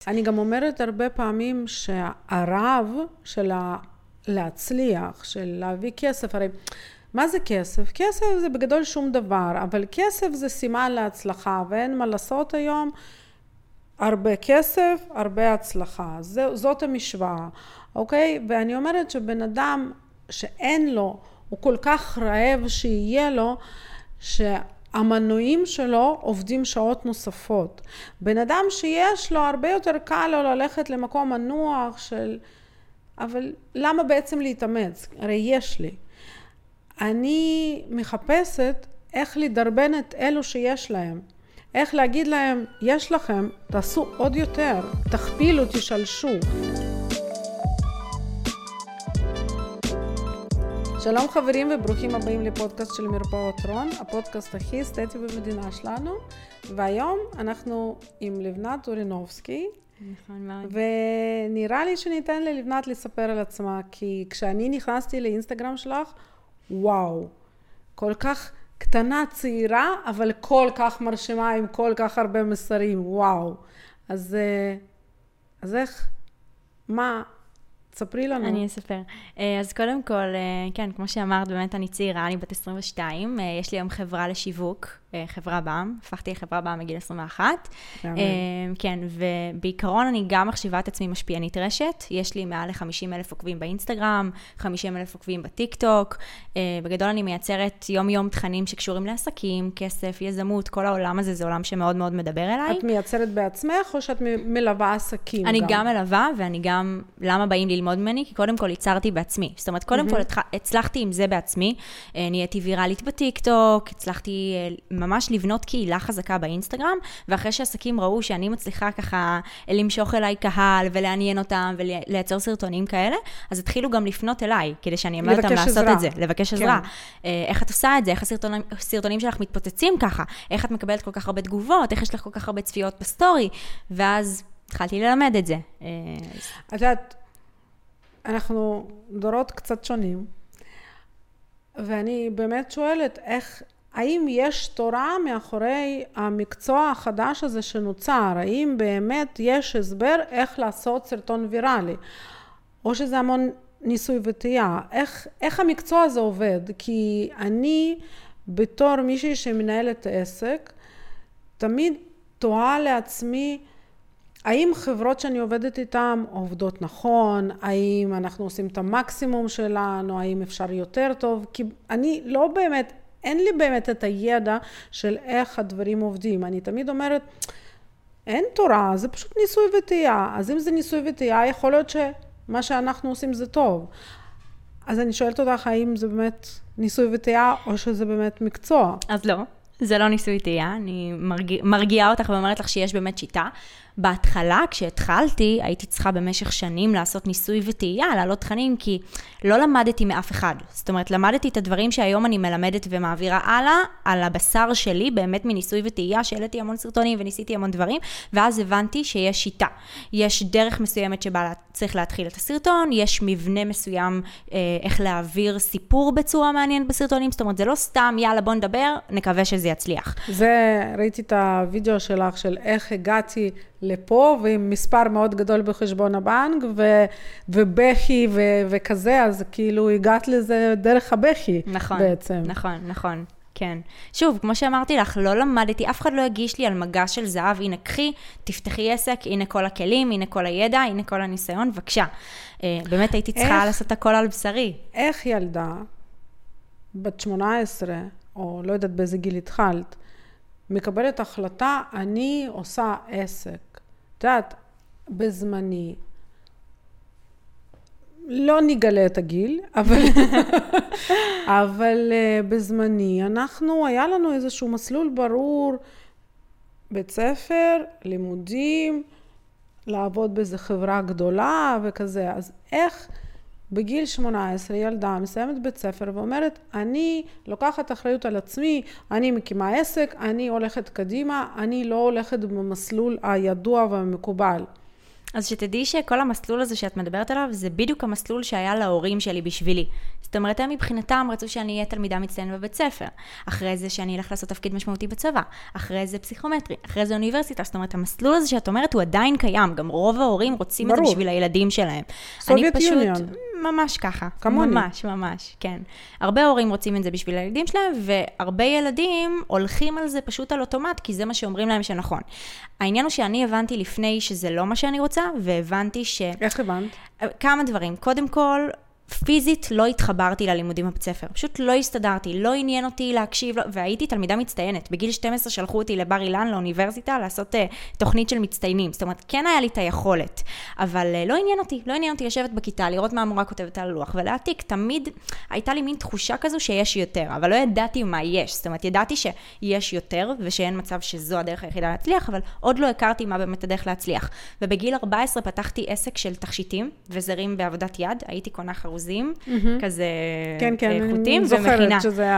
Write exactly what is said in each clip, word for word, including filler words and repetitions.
אני גם אומרת הרבה פעמים שהרב של להצליח, של להביא כסף, הרי מה זה כסף? כסף זה בגדול שום דבר, אבל כסף זה סימן להצלחה, ואין מה לעשות היום, הרבה כסף, הרבה הצלחה. זה, זאת המשוואה, אוקיי? ואני אומרת שבן אדם שאין לו, הוא כל כך רעב שיהיה לו, שהמנועים שלו עובדים שעות נוספות. בן אדם שיש לו, הרבה יותר קל לו ללכת למקום מנוח של... אבל למה בעצם להתאמץ? הרי יש לי. אני מחפשת איך לדרבן את אלו שיש להם. איך להגיד להם, יש לכם, תעשו עוד יותר, תכפילו, תשלשו. שלום חברים וברוכים הבאים לפודקאסט של מרפאות רון, הפודקאסט הכי אסתטי במדינה שלנו. והיום אנחנו עם לבנת אורינובסקי. נכון מאוד. ונראה לי שניתן ללבנת לספר על עצמה, כי כשאני נכנסתי לאינסטגרם שלך, וואו, כל כך קטנה, צעירה, אבל כל כך מרשימה עם כל כך הרבה מסרים, וואו. אז, אז איך, מה, תספרי לנו. אני אספר. אז קודם כל, כן, כמו שאמרת, באמת אני צעירה, אני בת עשרים ושתיים, יש לי היום חברה לשיווק, חברה בעם, הפכתי לחברה בעם מגיל עשרים ואחת. כן, ובעיקרון אני גם מחשיבה את עצמי משפיענית רשת, יש לי מעל ל-חמישים אלף עוקבים באינסטגרם, חמישים אלף עוקבים בטיק טוק, בגדול אני מייצרת יום יום תכנים שקשורים לעסקים, כסף, יזמות, כל העולם הזה זה עולם שמאוד מאוד מדבר אליי. את מייצרת בעצמך או שאת מלווה עסקים? אני גם מלווה ואני גם, למה באים ללמוד ממני? כי קודם כל ייצרתי בעצמי, זאת אומרת קודם כל הצלחתי עם זה בעצמי, נהייתי ויראלית בטיק טוק, הצלחתי ממש לבנות קהילה חזקה באינסטגרם, ואחרי שעסקים ראו שאני מצליחה ככה למשוך אליי קהל ולעניין אותם ולייצר סרטונים כאלה, אז התחילו גם לפנות אליי, כדי שאני אמר אותם לעשות את זה, לבקש עזרה. איך את עושה את זה? איך הסרטונים שלך מתפוצצים ככה? איך את מקבלת כל כך הרבה תגובות? איך יש לך כל כך הרבה צפיות בסטורי? ואז התחלתי ללמד את זה. את יודעת, אנחנו דורות קצת שונים, ואני באמת שואלת איך האם יש תורה מאחורי המקצוע החדש הזה שנוצר? האם באמת יש הסבר איך לעשות סרטון ויראלי? או שזה המון ניסוי וטעייה? איך, איך המקצוע הזה עובד? כי אני בתור מישהי שמנהלת עסק, תמיד תוהה לעצמי, האם חברות שאני עובדת איתן עובדות נכון? האם אנחנו עושים את המקסימום שלנו? האם אפשר יותר טוב? כי אני לא באמת... אין לי באמת את הידע של איך הדברים עובדים. אני תמיד אומרת, אין תורה, זה פשוט ניסוי וטעייה. אז אם זה ניסוי וטעייה, יכול להיות שמה שאנחנו עושים זה טוב. אז אני שואלת אותך, האם זה באמת ניסוי וטעייה, או שזה באמת מקצוע? אז לא, זה לא ניסוי וטעייה. אני מרגיע, מרגיעה אותך ואומרת לך שיש באמת שיטה. בהתחלה, כשהתחלתי, הייתי צריכה במשך שנים לעשות ניסוי וטעייה, לעלות תכנים, כי לא למדתי מאף אחד. זאת אומרת, למדתי את הדברים שהיום אני מלמדת ומעבירה הלאה, על הבשר שלי, באמת מניסוי וטעייה, שהעליתי המון סרטונים וניסיתי המון דברים, ואז הבנתי שיש שיטה. יש דרך מסוימת שבה צריך להתחיל את הסרטון, יש מבנה מסוים אה, איך להעביר סיפור בצורה מעניינת בסרטונים, זאת אומרת, זה לא סתם, יאללה, בוא נדבר, נקווה שזה יצליח. זה, ראיתי את הוידאו שלך של איך הגעתי לפה, ועם מספר מאוד גדול בחשבון הבנק, ו- ובכי ו- וכזה, אז כאילו הגעת לזה דרך הבכי נכון, בעצם. נכון, נכון, כן. שוב, כמו שאמרתי לך, לא למדתי, אף אחד לא הגיש לי על מגש של זהב, הנה קחי, תפתחי עסק, הנה כל הכלים, הנה כל הידע, הנה כל הניסיון, בבקשה. באמת הייתי צריכה איך, לעשות הכל על בשרי. איך ילדה, בת שמונה עשרה, או לא יודעת באיזה גיל התחלת, מקבלת החלטה, אני עושה עסק. את יודעת, בזמני, לא נגלה את הגיל, אבל, אבל בזמני, אנחנו, היה לנו איזשהו מסלול ברור, בית ספר, לימודים, לעבוד באיזו חברה גדולה וכזה. אז איך בגיל שמונה עשרה ילדה מסיימת בית ספר ואומרת, אני לוקחת אחריות על עצמי, אני מקימה עסק, אני הולכת קדימה, אני לא הולכת במסלול הידוע והמקובל. אז שתדעי שכל המסלול הזה שאת מדברת עליו, זה בדיוק המסלול שהיה להורים שלי בשבילי. זאת אומרת, הם מבחינתם רצו שאני אהיה תלמידה מצטיינת בבית ספר. אחרי זה שאני אלך לעשות תפקיד משמעותי בצבא. אחרי זה פסיכומטרי. אחרי זה אוניברסיטה. זאת אומרת, המסלול הזה שאת אומרת הוא עדיין קיים. גם רוב ההורים רוצים ברור. את זה בשביל הילדים שלהם. סובייט אני פשוט יוניון. ממש ככה. כמוני. ממש, ממש, כן. הרבה הורים רוצים את זה בשביל הילדים שלהם, והרבה ילדים הולכים על זה פשוט על אוטומט, כי זה מה שאומרים להם שנכון. העניין הוא שאני הבנתי לפני שזה לא מה שאני רוצה, והבנתי ש... איך הבנת? כמה דברים. קודם כל, פיזית לא התחברתי ללימודים בבית ספר. פשוט לא הסתדרתי, לא עניין אותי להקשיב, לא... והייתי תלמידה מצטיינת. בגיל שתים עשרה שלחו אותי לבר אילן, לאוניברסיטה, לעשות uh, תוכנית של מצטיינים. זאת אומרת, כן היה לי את היכולת, אבל uh, לא עניין אותי. לא עניין אותי לשבת בכיתה, לראות מה המורה כותבת על הלוח, ולהעתיק. תמיד הייתה לי מין תחושה כזו שיש יותר, אבל לא ידעתי מה יש. זאת אומרת, ידעתי שיש יותר, ושאין מצב שזו הדרך היחידה להצליח, אבל עוד לא הכרתי מה באמת הדרך להצליח. ובגיל ארבע עשרה פתחתי עסק של תכשיטים וזרים בעבודת יד. הייתי קונה חרוזים, כזה חוטים ומכינה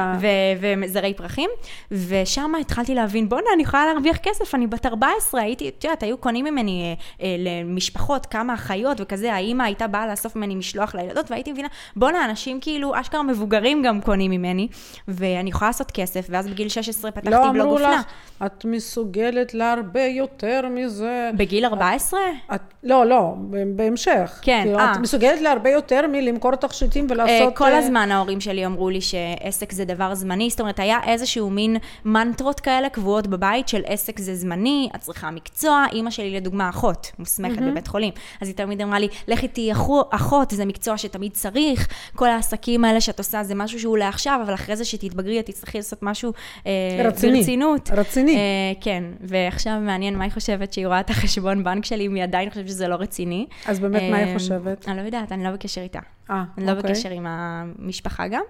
וזרי פרחים, ושם התחלתי להבין, בונה, אני יכולה להרוויח כסף, אני בת ארבע עשרה, הייתי, תיודעת, היו קונים ממני למשפחות, כמה אחיות וכזה, האמא הייתה באה לאסוף ממני משלוח לילדות, והייתי מבינה, בונה, אנשים כאילו, אשכרה מבוגרים גם קונים ממני, ואני יכולה לעשות כסף, ואז בגיל שש עשרה פתחתי בלוג אופנה. לא אמרו לך, את מסוגלת להרבה יותר מזה. בגיל ארבע עשרה? לא, לא, בהמשך. כן, את מסוגלת להרבה יותר מלמכור תכשיטים ולעשות... כל הזמן ההורים שלי אמרו לי שעסק זה דבר זמני, זאת אומרת, היה איזשהו מין מנטרות כאלה קבועות בבית של עסק זה זמני, את צריכה מקצוע, אמא שלי לדוגמה אחות, מוסמכת בבית חולים, אז היא תמיד אמרה לי, לכי תהיי אחות, זה מקצוע שתמיד צריך, כל העסקים האלה שאת עושה זה משהו שהוא לעכשיו, אבל אחרי זה שתתבגרי, את תצטרכי לעשות משהו ברצינות. רציני. כן, ועכשיו מעניין מה היא חושבת שהיא רואה את החשבון בנק שלי, אם היא עדיין חושבת שזה לא רציני. אז באמת מה היא חושבת? אני לא יודעת, אני לא בקשר איתה. אה, אני לא בקשר עם המשפחה גם.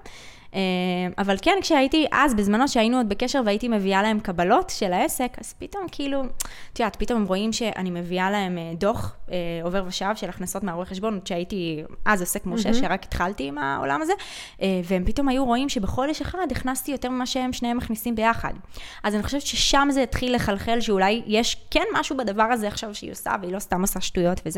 אבל כן, כשהייתי אז, בזמנו שהיינו עוד בקשר והייתי מביאה להם קבלות של העסק, אז פתאום כאילו, תיאת, פתאום הם רואים שאני מביאה להם דוח, עובר ושב של הכנסות מהרואה חשבון, שהייתי אז עוסק משה, שרק התחלתי עם העולם הזה, והם פתאום היו רואים שבחודש אחד הכנסתי יותר ממה שהם שניהם מכניסים ביחד. אז אני חושבת ששם זה התחיל לחלחל, שאולי יש כן משהו בדבר הזה עכשיו שהיא עושה, והיא לא סתם עושה שטויות וזה.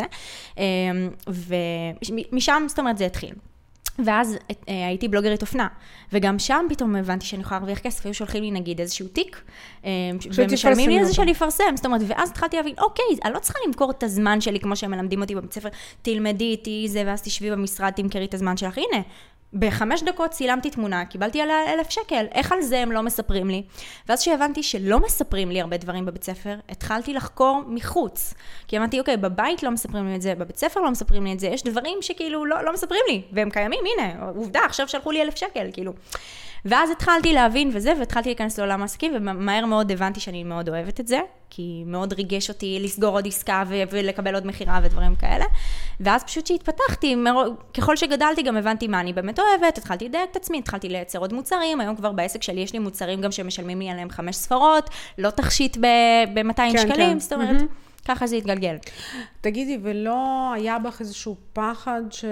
ומשם, זאת אומרת, זה התחיל. ואז הייתי בלוגרית אופנה, וגם שם פתאום הבנתי שאני יכולה להרוויח כסף, היו שולחים לי נגיד איזשהו תיק, ומשלמים לי איזה שאני אפרסם, זאת אומרת, ואז התחלתי להבין, אוקיי, אני לא צריכה למכור את הזמן שלי, כמו שהם מלמדים אותי בבית ספר, תלמדי איתי זה, ואז תשבי במשרד, תמכרי את הזמן שלך, הנה, בחמש דקות צילמתי תמונה, קיבלתי עליה אלף שקל, איך על זה הם לא מספרים לי? ואז שהבנתי שלא מספרים לי הרבה דברים בבית ספר, התחלתי לחקור מחוץ. כי הבנתי, אוקיי, בבית לא מספרים לי את זה, בבית ספר לא מספרים לי את זה, יש דברים שכאילו לא, לא מספרים לי, והם קיימים, הנה, עובדה, עכשיו שלחו לי אלף שקל, כאילו. ואז התחלתי להבין וזה, והתחלתי להיכנס לעולם העסקים, ומהר מאוד הבנתי שאני מאוד אוהבת את זה, כי מאוד ריגש אותי לסגור עוד עסקה ו- ולקבל עוד מחירה ודברים כאלה. ואז פשוט שהתפתחתי, ככל שגדלתי גם הבנתי מה אני באמת אוהבת, התחלתי לדייק את עצמי, התחלתי לייצר עוד מוצרים, היום כבר בעסק שלי יש לי מוצרים גם שמשלמים לי עליהם חמש ספרות, לא תכשיט ב-מאתיים כן, שקלים, כן. זאת אומרת, mm-hmm. ככה זה התגלגל. תגידי, ולא היה בך איזשהו פחד ש...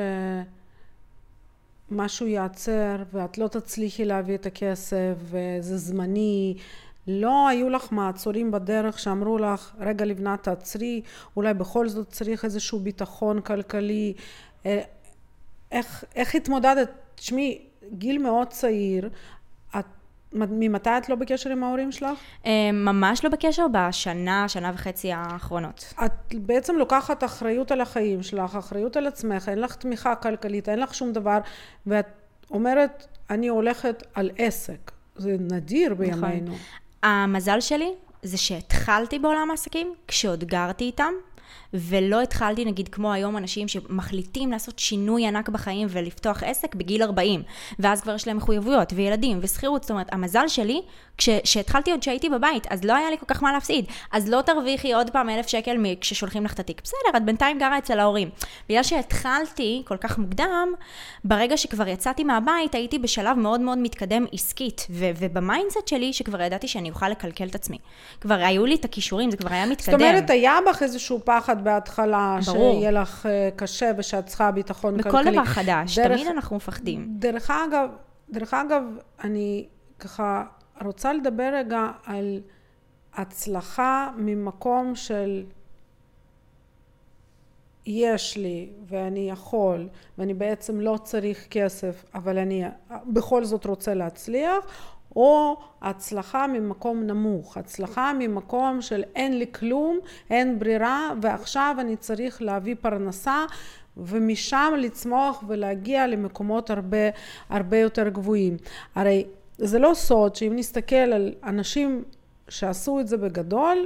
משהו יעצר, ואת לא תצליחי להביא את הכסף, וזה זמני, לא היו לך מעצורים בדרך שאמרו לך, רגע לבנת תעצרי, אולי בכל זאת צריך איזשהו ביטחון כלכלי, איך, איך התמודדת? תשמעי, גיל מאוד צעיר, את, ממתי את לא בקשר עם ההורים שלך? ממש לא בקשר, בשנה, שנה וחצי האחרונות. את בעצם לוקחת אחריות על החיים שלך, אחריות על עצמך, אין לך תמיכה כלכלית, אין לך שום דבר, ואת אומרת, אני הולכת על עסק. זה נדיר בימינו. נכון. המזל שלי זה שהתחלתי בעולם העסקים, כשעוד גרתי איתם, ולא התחלתי, נגיד, כמו היום אנשים שמחליטים לעשות שינוי ענק בחיים ולפתוח עסק בגיל ארבעים, ואז כבר יש להם מחויבויות וילדים וסחירות. זאת אומרת, המזל שלי, כשהתחלתי עוד שהייתי בבית, אז לא היה לי כל כך מה להפסיד. אז לא תרוויחי עוד פעם אלף שקל כששולחים לך את התיק. בסדר, את בינתיים גרה אצל ההורים. בגלל שהתחלתי כל כך מוקדם, ברגע שכבר יצאתי מהבית, הייתי בשלב מאוד מאוד מתקדם עסקית, ו- ובמיינדסט שלי שכבר ידעתי שאני אוכל לקלקל את עצמי. כבר היו לי את הכישורים, זה כבר היה מתקדם. זאת אומרת, היה בך איזשהו פחד בהתחלה, ברור. שיהיה לך קשה ושאת צריכה ביטחון בכל כלכלי. בכל דבר חדש, דרך, תמיד אנחנו מפחדים. דרך אגב, דרך אגב, אני ככה רוצה לדבר רגע על הצלחה ממקום של יש לי ואני יכול ואני בעצם לא צריך כסף אבל אני בכל זאת רוצה להצליח, או הצלחה ממקום נמוך, הצלחה ממקום של אין לי כלום, אין ברירה ועכשיו אני צריך להביא פרנסה ומשם לצמוח ולהגיע למקומות הרבה, הרבה יותר גבוהים. הרי זה לא סוד שאם נסתכל על אנשים שעשו את זה בגדול,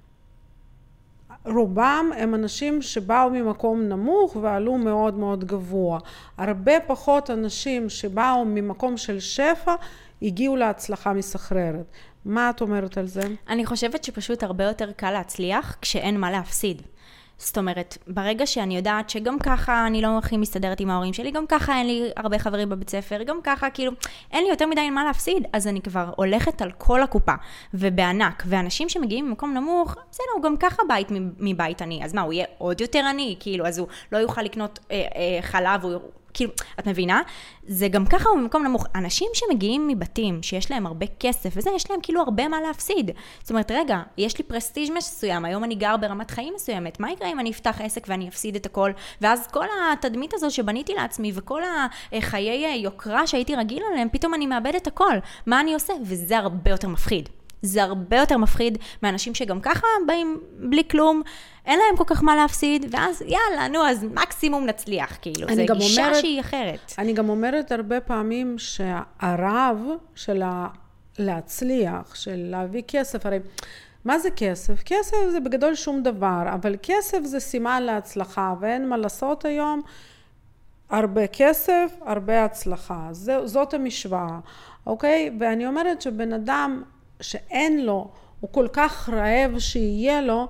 רובם הם אנשים שבאו ממקום נמוך ועלו מאוד מאוד גבוה. הרבה פחות אנשים שבאו ממקום של שפע הגיעו להצלחה מסחררת. מה את אומרת על זה? אני חושבת שפשוט הרבה יותר קל להצליח כשאין מה להפסיד. זאת אומרת, ברגע שאני יודעת שגם ככה אני לא הכי מסתדרת עם ההורים שלי, גם ככה אין לי הרבה חברים בבית ספר, גם ככה כאילו אין לי יותר מדי מה להפסיד, אז אני כבר הולכת על כל הקופה ובענק. ואנשים שמגיעים ממקום נמוך, זה לא, גם ככה בית מבית עני, אז מה, הוא יהיה עוד יותר עני? כאילו, אז הוא לא יוכל לקנות אה, אה, חלב, הוא... כאילו, את מבינה? זה גם ככה הוא במקום נמוך. אנשים שמגיעים מבתים, שיש להם הרבה כסף, וזה, יש להם כאילו הרבה מה להפסיד. זאת אומרת, רגע, יש לי פרסטיג' מסוים, היום אני גר ברמת חיים מסוימת, מה יקרה אם אני אפתח עסק ואני אפסיד את הכל? ואז כל התדמית הזו שבניתי לעצמי, וכל החיי יוקרה שהייתי רגיל עליהם, פתאום אני מאבד את הכל. מה אני עושה? וזה הרבה יותר מפחיד. זה הרבה יותר מפחיד מאנשים שגם ככה באים בלי כלום, אין להם כל כך מה להפסיד, ואז יאללה, נו, אז מקסימום נצליח, כאילו. זה גישה אומרת, שהיא אחרת. אני גם אומרת הרבה פעמים שהרב של להצליח, של להביא כסף, הרי מה זה כסף? כסף זה בגדול שום דבר, אבל כסף זה סימן להצלחה, ואין מה לעשות היום, הרבה כסף, הרבה הצלחה. זה, זאת המשוואה, אוקיי? ואני אומרת שבן אדם שאין לו, הוא כל כך רעב שיהיה לו,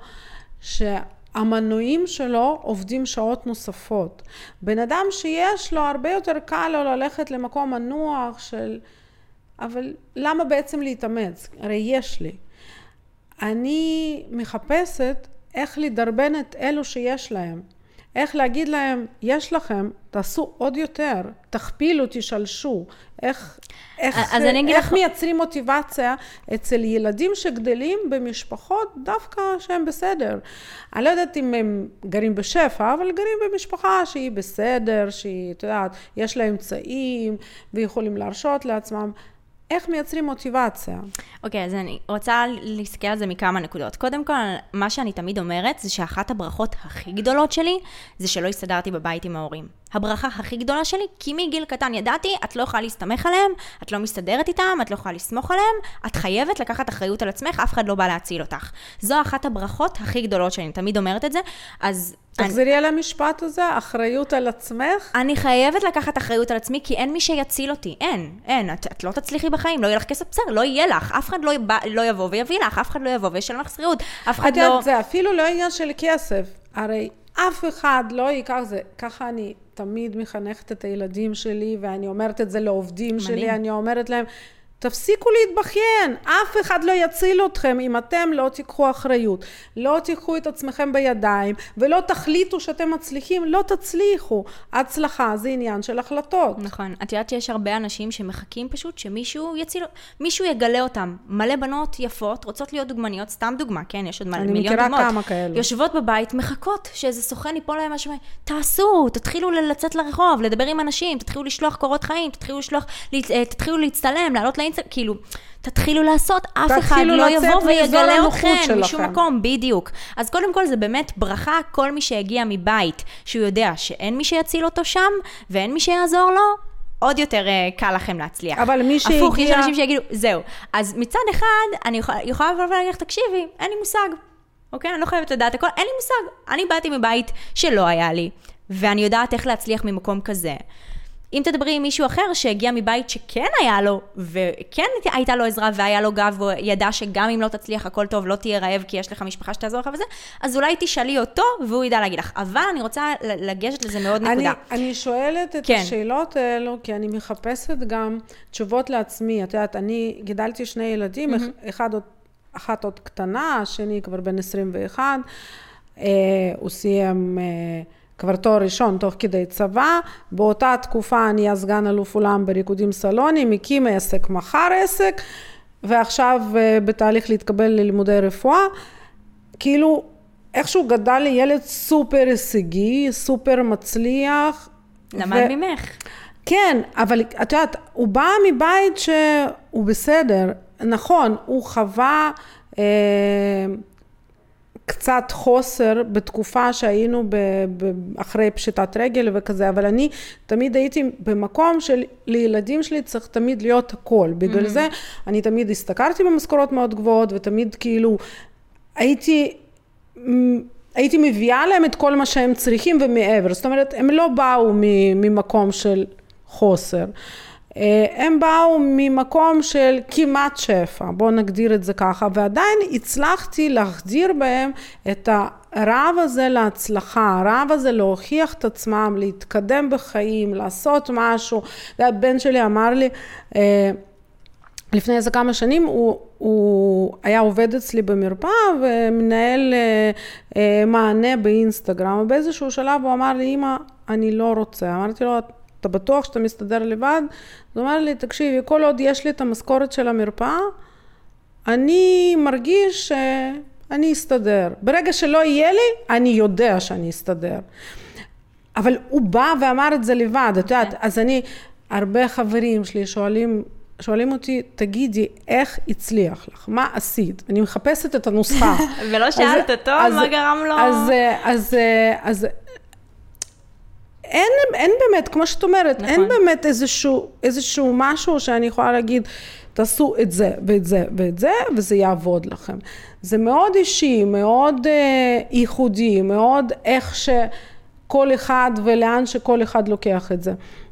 שהמנועים שלו עובדים שעות נוספות. בן אדם שיש לו, הרבה יותר קל לו ללכת למקום מנוח של... אבל למה בעצם להתאמץ? הרי יש לי. אני מחפשת איך לדרבן את אלו שיש להם. איך להגיד להם, יש לכם, תעשו עוד יותר, תכפילו, תשלשו. איך, איך, איך לך... מייצרים מוטיבציה אצל ילדים שגדלים במשפחות דווקא שהם בסדר. אני לא יודעת אם הם גרים בשפע, אבל גרים במשפחה שהיא בסדר, שהיא, אתה יודעת, יש לה אמצעים ויכולים להרשות לעצמם. איך מייצרים מוטיבציה? אוקיי, אז אני רוצה להסתכל על זה מכמה נקודות. קודם כל, מה שאני תמיד אומרת, זה שאחת הברכות הכי גדולות שלי, זה שלא הסתדרתי בבית עם ההורים. הברכה הכי גדולה שלי, כי מגיל קטן ידעתי, את לא יכולה להסתמך עליהם, את לא מסתדרת איתם, את לא יכולה לסמוך עליהם, את חייבת לקחת אחריות על עצמך, אף אחד לא בא להציל אותך. זו אחת הברכות הכי גדולות שלי, אני תמיד אומרת את זה, אז... תחזרי על המשפט הזה, אחריות על עצמך? אני חייבת לקחת אחריות על עצמי, כי אין מי שיציל אותי, אין, אין, את, את לא תצליחי בחיים, לא יהיה לך כסף, בסדר, לא יהיה לך, אף אחד לא, יבא, לא יבוא ויביא לך, אף אחד לא יבוא וישלם לך שכירות, אף אחד לא... זה אפילו לא עניין של כסף, הרי אף אחד לא ייקח זה, ככה אני תמיד מחנכת את הילדים שלי, ואני אומרת את זה לעובדים מדהים. שלי, אני אומרת להם, תפסיקו להתבכיין, אף אחד לא יציל אתכם אם אתם לא תיקחו אחריות, לא תיקחו את עצמכם בידיים, ולא תחליטו שאתם מצליחים, לא תצליחו. הצלחה זה עניין של החלטות. נכון, את יודעת שיש הרבה אנשים שמחכים פשוט שמישהו יציל, מישהו יגלה אותם. מלא בנות יפות, רוצות להיות דוגמניות, סתם דוגמה, כן, יש עוד מיליון דוגמאות. אני מכירה כמה כאלו. יושבות בבית, מחכות שאיזה סוכן ייפול להם משהו, תעשו, תתחילו לצאת לרחוב, לדבר עם אנשים, תתחילו לשלוח קורות חיים, תתחילו לשלוח, תתחילו להצטלם, לעלות לאינסטגרם, כאילו, תתחילו לעשות, אף אחד לא יבוא ויגלה אתכם משום מקום, בדיוק. אז קודם כל זה באמת ברכה, כל מי שהגיע מבית, שהוא יודע שאין מי שיציל אותו שם, ואין מי שיעזור לו, עוד יותר קל לכם להצליח. אבל מי שהגיע... הפוך, יש אנשים שיגידו, זהו. אז מצד אחד, אני יכולה לבוא ולהגיד, תקשיבי, אין לי מושג. אוקיי? אני לא חייבת לדעת הכל, אין לי מושג. אני באתי מבית שלא היה לי, ואני יודעת איך להצליח ממקום כזה. אם תדברי עם מישהו אחר שהגיע מבית שכן היה לו, וכן הייתה לו עזרה והיה לו גב, והוא ידע שגם אם לא תצליח הכל טוב, לא תהיה רעב כי יש לך משפחה שתעזור לך וזה, אז אולי תשאלי אותו והוא ידע להגיד לך. אבל אני רוצה לגשת לזה מאוד נקודה. אני, אני שואלת את כן. השאלות האלו, כי אני מחפשת גם תשובות לעצמי. את יודעת, אני גידלתי שני ילדים, mm-hmm. אחד עוד, אחת עוד קטנה, השני כבר בן עשרים ואחת, אה, הוא סיים... אה, כבר תואר ראשון תוך כדי צבא, באותה תקופה אני הסגן אלוף עולם בריקודים סלונים, הקים עסק, מחר עסק, ועכשיו בתהליך להתקבל ללימודי רפואה, כאילו איכשהו גדל לי ילד סופר הישגי, סופר מצליח. למד ו... ממך. כן, אבל את יודעת, הוא בא מבית שהוא בסדר. נכון, הוא חווה אה, קצת חוסר בתקופה שהיינו ב, ב, אחרי פשיטת רגל וכזה, אבל אני תמיד הייתי במקום של לילדים שלי צריך תמיד להיות הכל. בגלל mm-hmm. זה אני תמיד הסתכרתי במשכורות מאוד גבוהות, ותמיד כאילו הייתי... הייתי מביאה להם את כל מה שהם צריכים ומעבר. זאת אומרת, הם לא באו ממקום של חוסר. הם באו ממקום של כמעט שפע, בואו נגדיר את זה ככה, ועדיין הצלחתי להחדיר בהם את הרעב הזה להצלחה, הרעב הזה להוכיח את עצמם, להתקדם בחיים, לעשות משהו. והבן שלי אמר לי, לפני איזה כמה שנים, הוא, הוא היה עובד אצלי במרפאה ומנהל אה, מענה באינסטגרם, ובאיזשהו שלב הוא אמר לי, אמא, אני לא רוצה. אמרתי לו, אתה בטוח שאתה מסתדר לבד? הוא אמר לי, תקשיבי, כל עוד יש לי את המשכורת של המרפאה, אני מרגיש שאני אסתדר. ברגע שלא יהיה לי, אני יודע שאני אסתדר. אבל הוא בא ואמר את זה לבד, את יודעת, אז אני, הרבה חברים שלי שואלים, שואלים אותי, תגידי, איך הצליח לך? מה עשית? אני מחפשת את הנוסחה. ולא שאלת אותו, מה גרם לו? אז, אז, אז, אין, אין באמת, כמו שאת אומרת, נכון. אין באמת איזשהו, איזשהו משהו שאני יכולה להגיד, תעשו את זה ואת זה ואת זה, וזה יעבוד לכם. זה מאוד אישי, מאוד אה, ייחודי, מאוד איך שכל אחד ולאן שכל אחד לוקח את זה.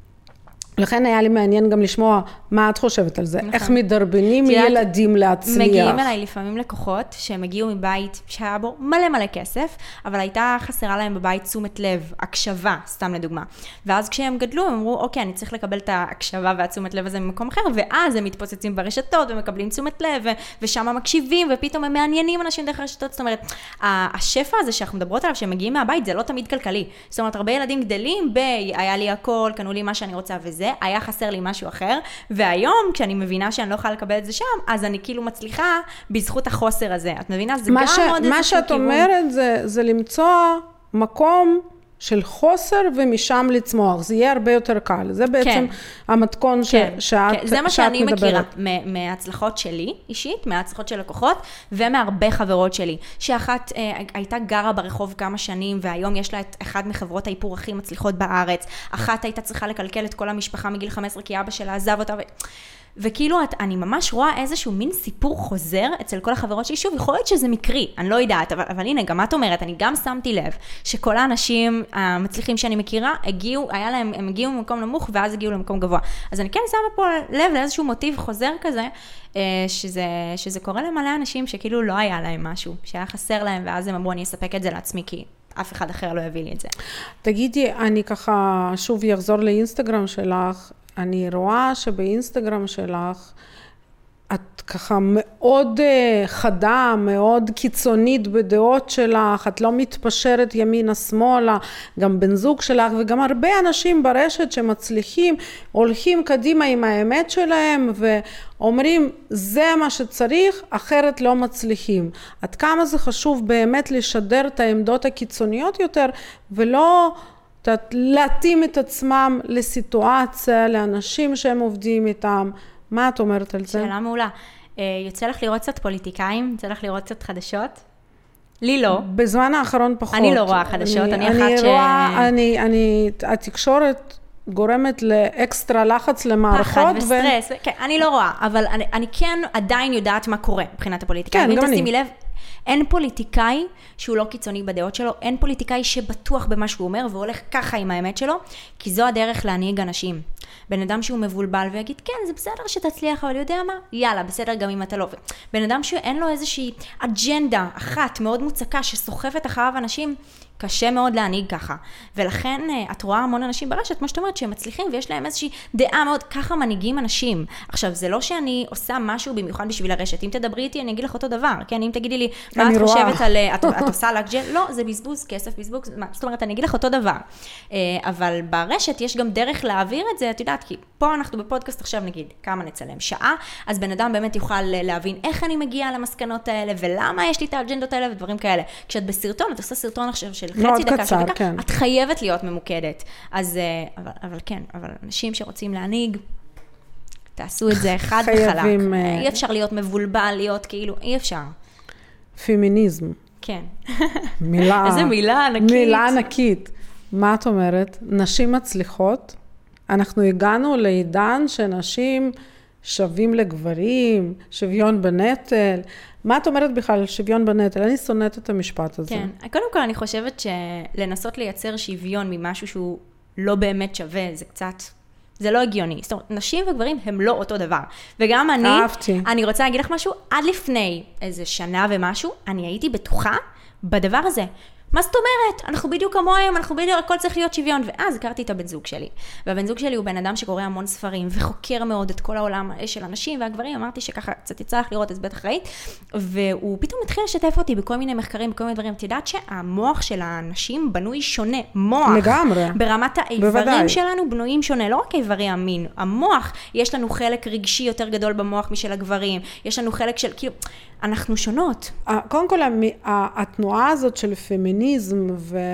לכן היה לי מעניין גם לשמוע מה את חושבת על זה, נכון. איך מדרבנים ילדים להצליח. מגיעים אליי לפעמים לקוחות שהם הגיעו מבית שהיה בו מלא מלא כסף, אבל הייתה חסרה להם בבית תשומת לב, הקשבה, סתם לדוגמה. ואז כשהם גדלו, הם אמרו, אוקיי, אני צריך לקבל את ההקשבה והתשומת לב הזה ממקום אחר, ואז הם מתפוצצים ברשתות ומקבלים תשומת לב, ו- ושם מקשיבים, ופתאום הם מעניינים אנשים דרך הרשתות. זאת אומרת, השפע הזה שאנחנו מדברות עליו, שהם מגיעים מהבית, זה לא תמיד כלכלי. זאת אומרת, הרבה ילדים גדלים ב- היה לי הכל, קנו לי מה שאני רוצה וזה, היה חסר לי משהו אחר, והיום כשאני מבינה שאני לא יכולה לקבל את זה שם, אז אני כאילו מצליחה בזכות החוסר הזה. את מבינה? זה גם ש... עוד איזשהו כיוון. מה שאת אומרת זה, זה למצוא מקום של חוסר ומשם לצמוח. זה יהיה הרבה יותר קל. זה בעצם כן. המתכון ש... כן. שאת, כן. זה מה שאני מדברת. מכירה מההצלחות שלי אישית, מההצלחות של לקוחות, ומהרבה חברות שלי, שאחת אה, הייתה גרה ברחוב כמה שנים, והיום יש לה את אחד מחברות האיפור הכי מצליחות בארץ. אחת הייתה צריכה לקלקל את כל המשפחה מגיל חמש עשרה, כי אבא שלה עזב אותה. ו... וכאילו, אני ממש רואה איזשהו מין סיפור חוזר אצל כל החברות שלי. שוב, יכול להיות שזה מקרי, אני לא יודעת, אבל, אבל הנה, גם את אומרת, אני גם שמתי לב שכל האנשים המצליחים שאני מכירה, הגיעו, היה להם, הם הגיעו ממקום נמוך, ואז הגיעו למקום גבוה. אז אני כן שמה פה לב לאיזשהו מוטיב חוזר כזה, שזה, שזה קורה למלא אנשים שכאילו לא היה להם משהו, שהיה חסר להם, ואז הם אמרו, אני אספק את זה לעצמי, כי אף אחד אחר לא יביא לי את זה. תגידי, אני ככה שוב יחזור לאינסטגרם שלך, אני רואה שבאינסטגרם שלך את ככה מאוד חדה, מאוד קיצונית בדעות שלך, את לא מתפשרת ימינה שמאלה, גם בן זוג שלך וגם הרבה אנשים ברשת שמצליחים, הולכים קדימה עם האמת שלהם ואומרים זה מה שצריך, אחרת לא מצליחים. עד כמה זה חשוב באמת לשדר את העמדות הקיצוניות יותר ולא להתאים את עצמם לסיטואציה, לאנשים שהם עובדים איתם. מה את אומרת על זה? שאלה מעולה. יוצא לך לראות קצת פוליטיקאים? יוצא לך לראות קצת חדשות? לי לא. בזמן האחרון פחות. אני לא רואה חדשות, אני, אני אחת אני ש... רואה, אני, אני, התקשורת גורמת לאקסטרה לחץ למערכות. פחד וסטרס, ו... כן, אני לא רואה, אבל אני, אני כן עדיין יודעת מה קורה מבחינת הפוליטיקאים. כן, גם אני. תשימי לב, אין פוליטיקאי שהוא לא קיצוני בדעות שלו, אין פוליטיקאי שבטוח במה שהוא אומר והולך ככה עם האמת שלו, כי זו הדרך להנהיג אנשים. בן אדם שהוא מבולבל ויגיד, כן, זה בסדר שתצליח, אבל יודע מה? יאללה, בסדר גם אם אתה לא. בן אדם שאין לו איזושהי אג'נדה אחת מאוד מוצקה שסוחפת אחריו אנשים, קשה מאוד להנהיג ככה. ולכן את רואה המון אנשים ברשת, כמו שאת אומרת, שהם מצליחים ויש להם איזושהי דעה מאוד, ככה מנהיגים אנשים. עכשיו, זה לא שאני עושה משהו במיוחד בשביל הרשת. אם תדברי איתי, אני אגיד לך אותו דבר. כן, אם תגידי לי, מה את חושבת על, את, את עושה לקג'ל? לא, זה בזבוז כסף, בזבוז, זאת אומרת, אני אגיד לך אותו דבר. אבל ברשת יש גם דרך להעביר את זה, את יודעת, כי פה אנחנו בפודקאסט עכשיו נגיד, כמה נצלם, שעה, אז בן אדם באמת יוכל להבין איך אני מגיעה למסקנות האלה, ולמה יש לי את האג'נדות האלה ודברים כאלה. כשאת בסרטון, את עושה סרטון עכשיו של חצי דקה, של דקה, כן. את חייבת להיות ממוקדת. אז, אבל, אבל כן, אבל אנשים שרוצים להנהיג, תעשו את זה חד וחלק. אי אפשר להיות מבולבל, להיות כאילו, אי אפשר. פמיניזם. כן. מילה. איזה מילה ענקית. מילה ענקית. מה את אומרת? נשים מצליחות. אנחנו הגענו לעידן שנשים שווים לגברים, שוויון בנטל. מה את אומרת בכלל על שוויון בנטל? אני שונאת את המשפט הזה. כן. קודם כל, אני חושבת שלנסות לייצר שוויון ממשהו שהוא לא באמת שווה, זה קצת... זה לא הגיוני. זאת אומרת, נשים וגברים הם לא אותו דבר. וגם אני, אהבתי. אני רוצה להגיד לך משהו, עד לפני איזה שנה ומשהו, אני הייתי בטוחה בדבר הזה. מה זאת אומרת? אנחנו בדיוק כמוהם, אנחנו בדיוק, הכל צריך להיות שוויון. ואז הכרתי את הבן זוג שלי. והבן זוג שלי הוא בן אדם שקורא המון ספרים, וחוקר מאוד את כל העולם של הנשים והגברים. אמרתי שככה קצת יצא לך לראות את זה בטח ראית. והוא פתאום התחיל לשתף אותי בכל מיני מחקרים, בכל מיני דברים. את יודעת שהמוח של האנשים בנוי שונה. מוח. לגמרי. ברמת האיברים שלנו בנויים שונה. לא רק איברי המין. המוח, יש לנו חלק רגשי יותר גדול במוח משל הגברים. יש לנו חלק של, כאילו, אנחנו שונות. קודם כל, התנועה הזאת של פמיניזם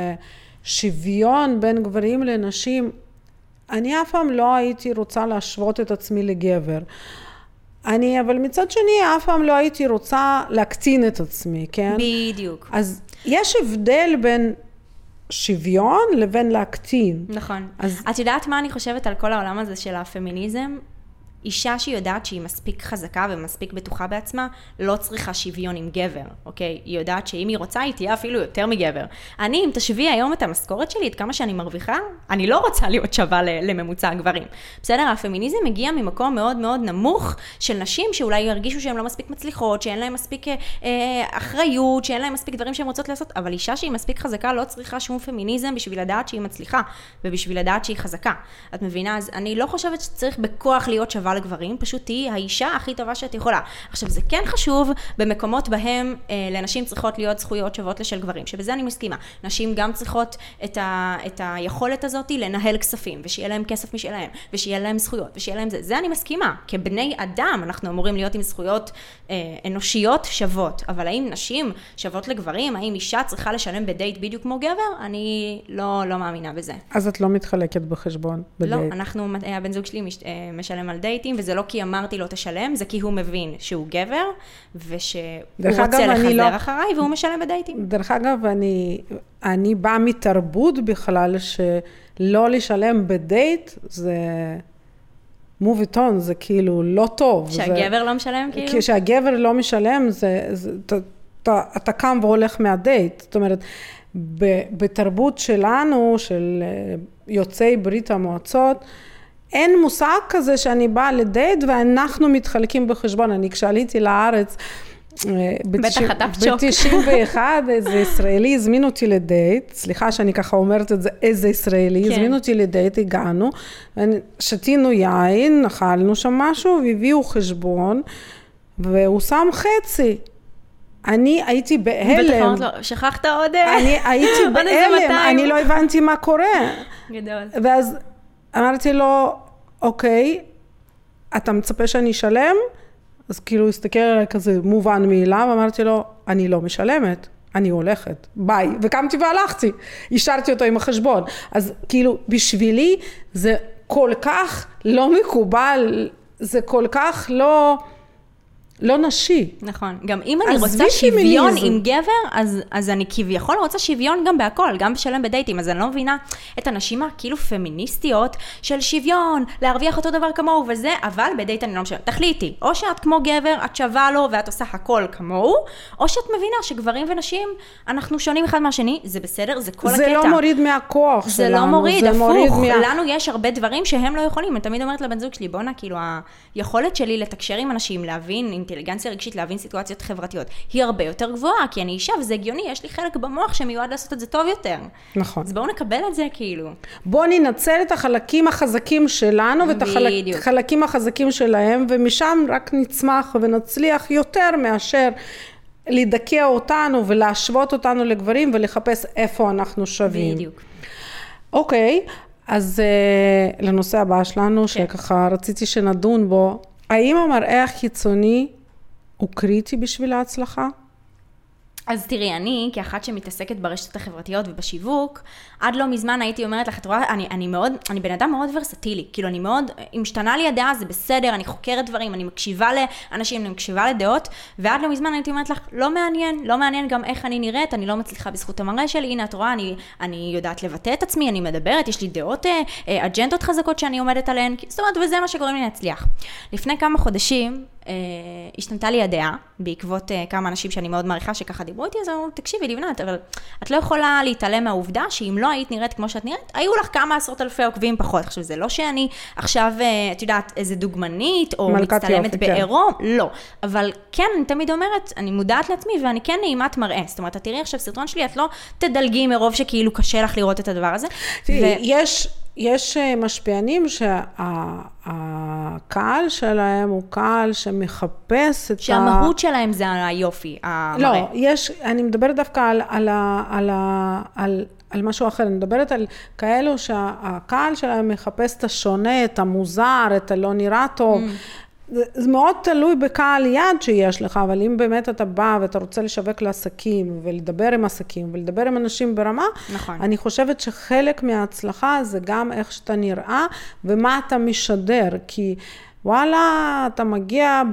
ושוויון בין גברים לנשים, אני אף פעם לא הייתי רוצה להשוות את עצמי לגבר. אני, אבל מצד שני, אף פעם לא הייתי רוצה להקטין את עצמי, כן? בדיוק. אז יש הבדל בין שוויון לבין להקטין. נכון. אז... את יודעת מה אני חושבת על כל העולם הזה של הפמיניזם? אישה שהיא יודעת שהיא מספיק חזקה ומספיק בטוחה בעצמה, לא צריכה שוויון עם גבר, אוקיי? היא יודעת שאם היא רוצה, היא תהיה אפילו יותר מגבר. אני, אם תשווי היום את המשכורת שלי, את כמה שאני מרוויחה, אני לא רוצה להיות שווה לממוצע הגברים. בסדר, הפמיניזם מגיע ממקום מאוד מאוד נמוך של נשים שאולי ירגישו שהן לא מספיק מצליחות, שאין להן מספיק אה, אחריות, שאין להן מספיק דברים שהן רוצות לעשות, אבל אישה שהיא מספיק חזקה לא צריכה שום פמיניזם בשביל לדעת שהיא מצליחה, ובשביל לדעת שהיא חזקה. את מבינה? אז אני לא חושבת שצריך בכוח להיות שווה לגברים, פשוט היא האישה הכי טובה שאת יכולה. עכשיו, זה כן חשוב במקומות בהם אה, לנשים צריכות להיות זכויות שוות לשל גברים, שבזה אני מסכימה. נשים גם צריכות את, ה, את היכולת הזאת לנהל כספים, ושיהיה להם כסף משלהם, ושיהיה להם זכויות, ושיהיה להם זה. זה אני מסכימה. כבני אדם אנחנו אמורים להיות עם זכויות אה, אנושיות שוות. אבל האם נשים שוות לגברים? האם אישה צריכה לשלם בדייט בדיוק כמו גבר? אני לא, לא מאמינה בזה. אז את לא מתחלקת בחשבון בדייט? לא, אנחנו, הבן זוג שלי מש, אה, משלם על דייט. וזה לא כי אמרתי לו תשלם, זה כי הוא מבין שהוא גבר, ושהוא רוצה לחזר לא... אחריי, והוא משלם בדייטים. דרך אגב, אני, אני באה מתרבות בכלל, שלא לשלם בדייט, זה מוביטון, זה כאילו לא טוב. שהגבר זה... לא משלם כאילו? כשהגבר לא משלם, זה, זה, אתה, אתה, אתה קם והולך מהדייט. זאת אומרת, בתרבות שלנו, של יוצאי ברית המועצות, אין מושג כזה שאני באה לדייט ואנחנו מתחלקים בחשבון. אני כשעליתי לארץ, ב-תשעים ואחת איזה ישראלי הזמין אותי לדייט, סליחה שאני ככה אומרת את זה, איזה ישראלי, כן. הזמין אותי לדייט, הגענו, שתינו יין, אכלנו שם משהו, והביאו חשבון, והוא שם חצי. אני הייתי בהלם. בטח, לא, שכחת עוד? אני הייתי בהלם, אני לא הבנתי מה קורה. גדול. ואז אמרתי לו, אוקיי, אתה מצפה שאני אשלם? אז כאילו הסתכל עליי כזה מובן מאליו, אמרתי לו, אני לא משלמת, אני הולכת, ביי. וקמתי והלכתי, השארתי אותו עם החשבון. אז כאילו בשבילי זה כל כך לא מקובל, זה כל כך לא... לא נשי. נכון. גם אם אני רוצה שוויון עם גבר, אז, אז אני כביכול רוצה שוויון גם בהכל, גם בשלם בדייטים. אז אני לא מבינה את הנשים הכאילו פמיניסטיות של שוויון, להרוויח אותו דבר כמוהו וזה, אבל בדייט אני לא משלם. תחליטי, או שאת כמו גבר, את שווה לו ואת עושה הכל כמוהו, או שאת מבינה שגברים ונשים, אנחנו שונים אחד מהשני, זה בסדר, זה כל זה הקטע. לא מוריד מהכוח זה שלנו. לא מוריד, זה הפוך. מוריד מה... לנו יש הרבה דברים שהם לא יכולים. אני תמיד אומרת לבן זוג שלי, בונה, כאילו, היכולת שלי לתקשר עם אנשים, להבין אינטליגנציה רגשית להבין סיטואציות חברתיות, היא הרבה יותר גבוהה, כי אני אישה וזה הגיוני, יש לי חלק במוח שמיועד לעשות את זה טוב יותר. נכון. אז בואו נקבל את זה כאילו. בואו ננצל את החלקים החזקים שלנו, ואת החלקים החזקים שלהם, ומשם רק נצמח ונצליח יותר מאשר לדכא אותנו ולהשוות אותנו לגברים, ולחפש איפה אנחנו שווים. בדיוק. אוקיי, אז uh, לנושא הבא שלנו, כן. שככה רציתי שנדון בו, האם המראה החיצוני הוא קריטי בשביל ההצלחה? אז תראי, אני, כאחת שמתעסקת ברשתות החברתיות ובשיווק, עד לא מזמן הייתי אומרת לך, את רואה, אני, אני מאוד, אני בן אדם מאוד ורסטילי, כאילו אני מאוד, אם משתנה לי הדעה זה בסדר, אני חוקרת דברים, אני מקשיבה לאנשים, אני מקשיבה לדעות, ועד לא מזמן הייתי אומרת לך, לא מעניין, לא מעניין גם איך אני נראית, אני לא מצליחה בזכות המראה שלי, הנה את רואה, אני, אני יודעת לבטא את עצמי, אני מדברת, יש לי דעות, אג'נדות חזקות שאני עומדת עליהן, זאת אומרת, וזה מה שגורם לי להצליח. לפני כמה חודשים, Uh, השתנתה לי הדעה, בעקבות uh, כמה אנשים שאני מאוד מעריכה שככה דיברו איתי, אז אמרו, תקשיבי לבנת, אבל את לא יכולה להתעלם מהעובדה שאם לא היית נראית כמו שאת נראית, היו לך כמה עשרות אלפי עוקבים פחות. עכשיו, זה לא שאני עכשיו, uh, את יודעת, איזה דוגמנית, או מצטלמת בעירום, כן. לא. אבל כן, אני תמיד אומרת, אני מודעת לעצמי, ואני כן נעימת מראה. זאת אומרת, את תראי עכשיו סרטון שלי, את לא תדלגי מרוב שכאילו קשה לך לראות את הדבר הזה. תראי, ו... יש... יש משפיענים שהקהל שלהם הוא קהל שמחפש את ה... שהמהות שלהם זה היופי, המראה. לא, יש, אני מדברת דווקא על, על, על, על, על משהו אחר, אני מדברת על כאלו שהקהל שלהם מחפש את השונה, את המוזר, את הלא נראה טוב. זה מאוד תלוי בקהל יד שיש לך, אבל אם באמת אתה בא ואתה רוצה לשווק לעסקים, ולדבר עם עסקים, ולדבר עם אנשים ברמה, נכון. אני חושבת שחלק מההצלחה זה גם איך שאתה נראה, ומה אתה משדר, כי וואלה, אתה מגיע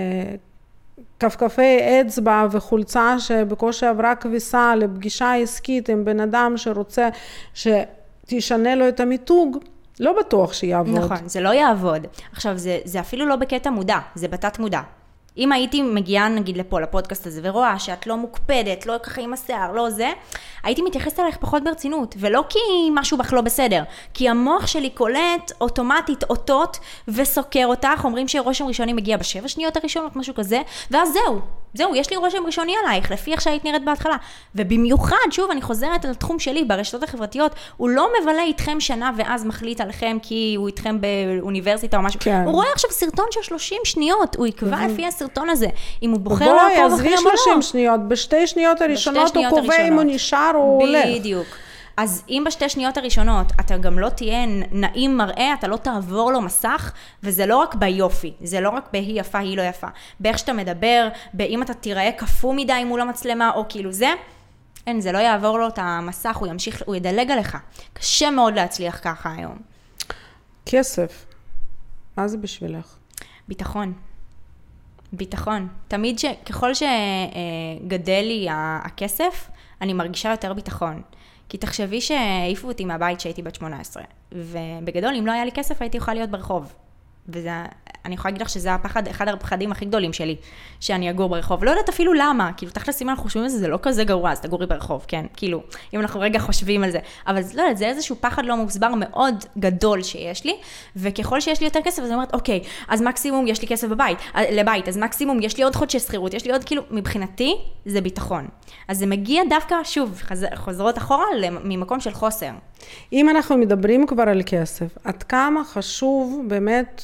בכפכפי אצבע וחולצה שבקושי עברה כביסה לפגישה עסקית עם בן אדם שרוצה שתשנה לו את המיתוג, לא בטוח שיעבוד. נכון, זה לא יעבוד. עכשיו, זה, זה אפילו לא בקטע מודע, זה בתת מודע. אם הייתי מגיעה, נגיד, לפה, לפודקאסט הזה, ורואה שאת לא מוקפדת, לא ככה עם השיער, לא זה, הייתי מתייחסת עליך פחות ברצינות, ולא כי משהו בך לא בסדר, כי המוח שלי קולט אוטומטית אותות וסוקר אותך, אומרים שרושם ראשוני מגיע בשבע שניות הראשונות, משהו כזה, ואז זהו, זהו, יש לי רושם ראשוני עלייך, לפי איך שהיית נראית בהתחלה. ובמיוחד, שוב, אני חוזרת על התחום שלי, ברשתות החברתיות, הוא לא מבלה איתכם שנה ואז מחליט עליכם, כי הוא איתכם באוניברסיטה או משהו. כן. הוא רואה עכשיו סרטון של שלושים שניות, הוא יקבע לפי הסרטון הזה. אם הוא בוחר לעקוב אחרי המולו. שלושים שניות, בשתי שניות הראשונות הוא קובע אם הוא נשאר או הולך. בדיוק. אז אם בשתי שניות הראשונות אתה גם לא תהיה נעים מראה, אתה לא תעבור לו מסך, וזה לא רק ביופי, זה לא רק בהיא יפה, היא לא יפה. באיך שאתה מדבר, באם אתה תיראה כפו מדי מול המצלמה, או כאילו זה, אין, זה לא יעבור לו את המסך, הוא ימשיך, הוא ידלג עליך. קשה מאוד להצליח ככה היום. כסף. מה זה בשבילך? ביטחון. ביטחון. תמיד שככל שגדל לי הכסף, אני מרגישה יותר ביטחון. כי תחשבי שהעיפו אותי מהבית שהייתי בת שמונה עשרה, ובגדול, אם לא היה לי כסף, הייתי יכולה להיות ברחוב. וזה, אני יכולה להגיד לך שזה הפחד, אחד הפחדים הכי גדולים שלי, שאני אגור ברחוב. לא יודעת אפילו למה, כאילו, תכלס, אם אנחנו חושבים על זה, זה לא כזה גרוע, אז תגורי ברחוב, כן? כאילו, אם אנחנו רגע חושבים על זה. אבל לא יודעת, זה איזשהו פחד לא מוסבר מאוד גדול שיש לי, וככל שיש לי יותר כסף, אז אני אומרת, אוקיי, אז מקסימום יש לי כסף בבית, לבית, אז מקסימום יש לי עוד חודשי שכירות, יש לי עוד, כאילו, מבחינתי, זה ביטחון. אז זה מגיע דווקא, שוב, חוזרות אחורה ממקום של חוסר. אם אנחנו מדברים כבר על כסף, עד כמה חשוב באמת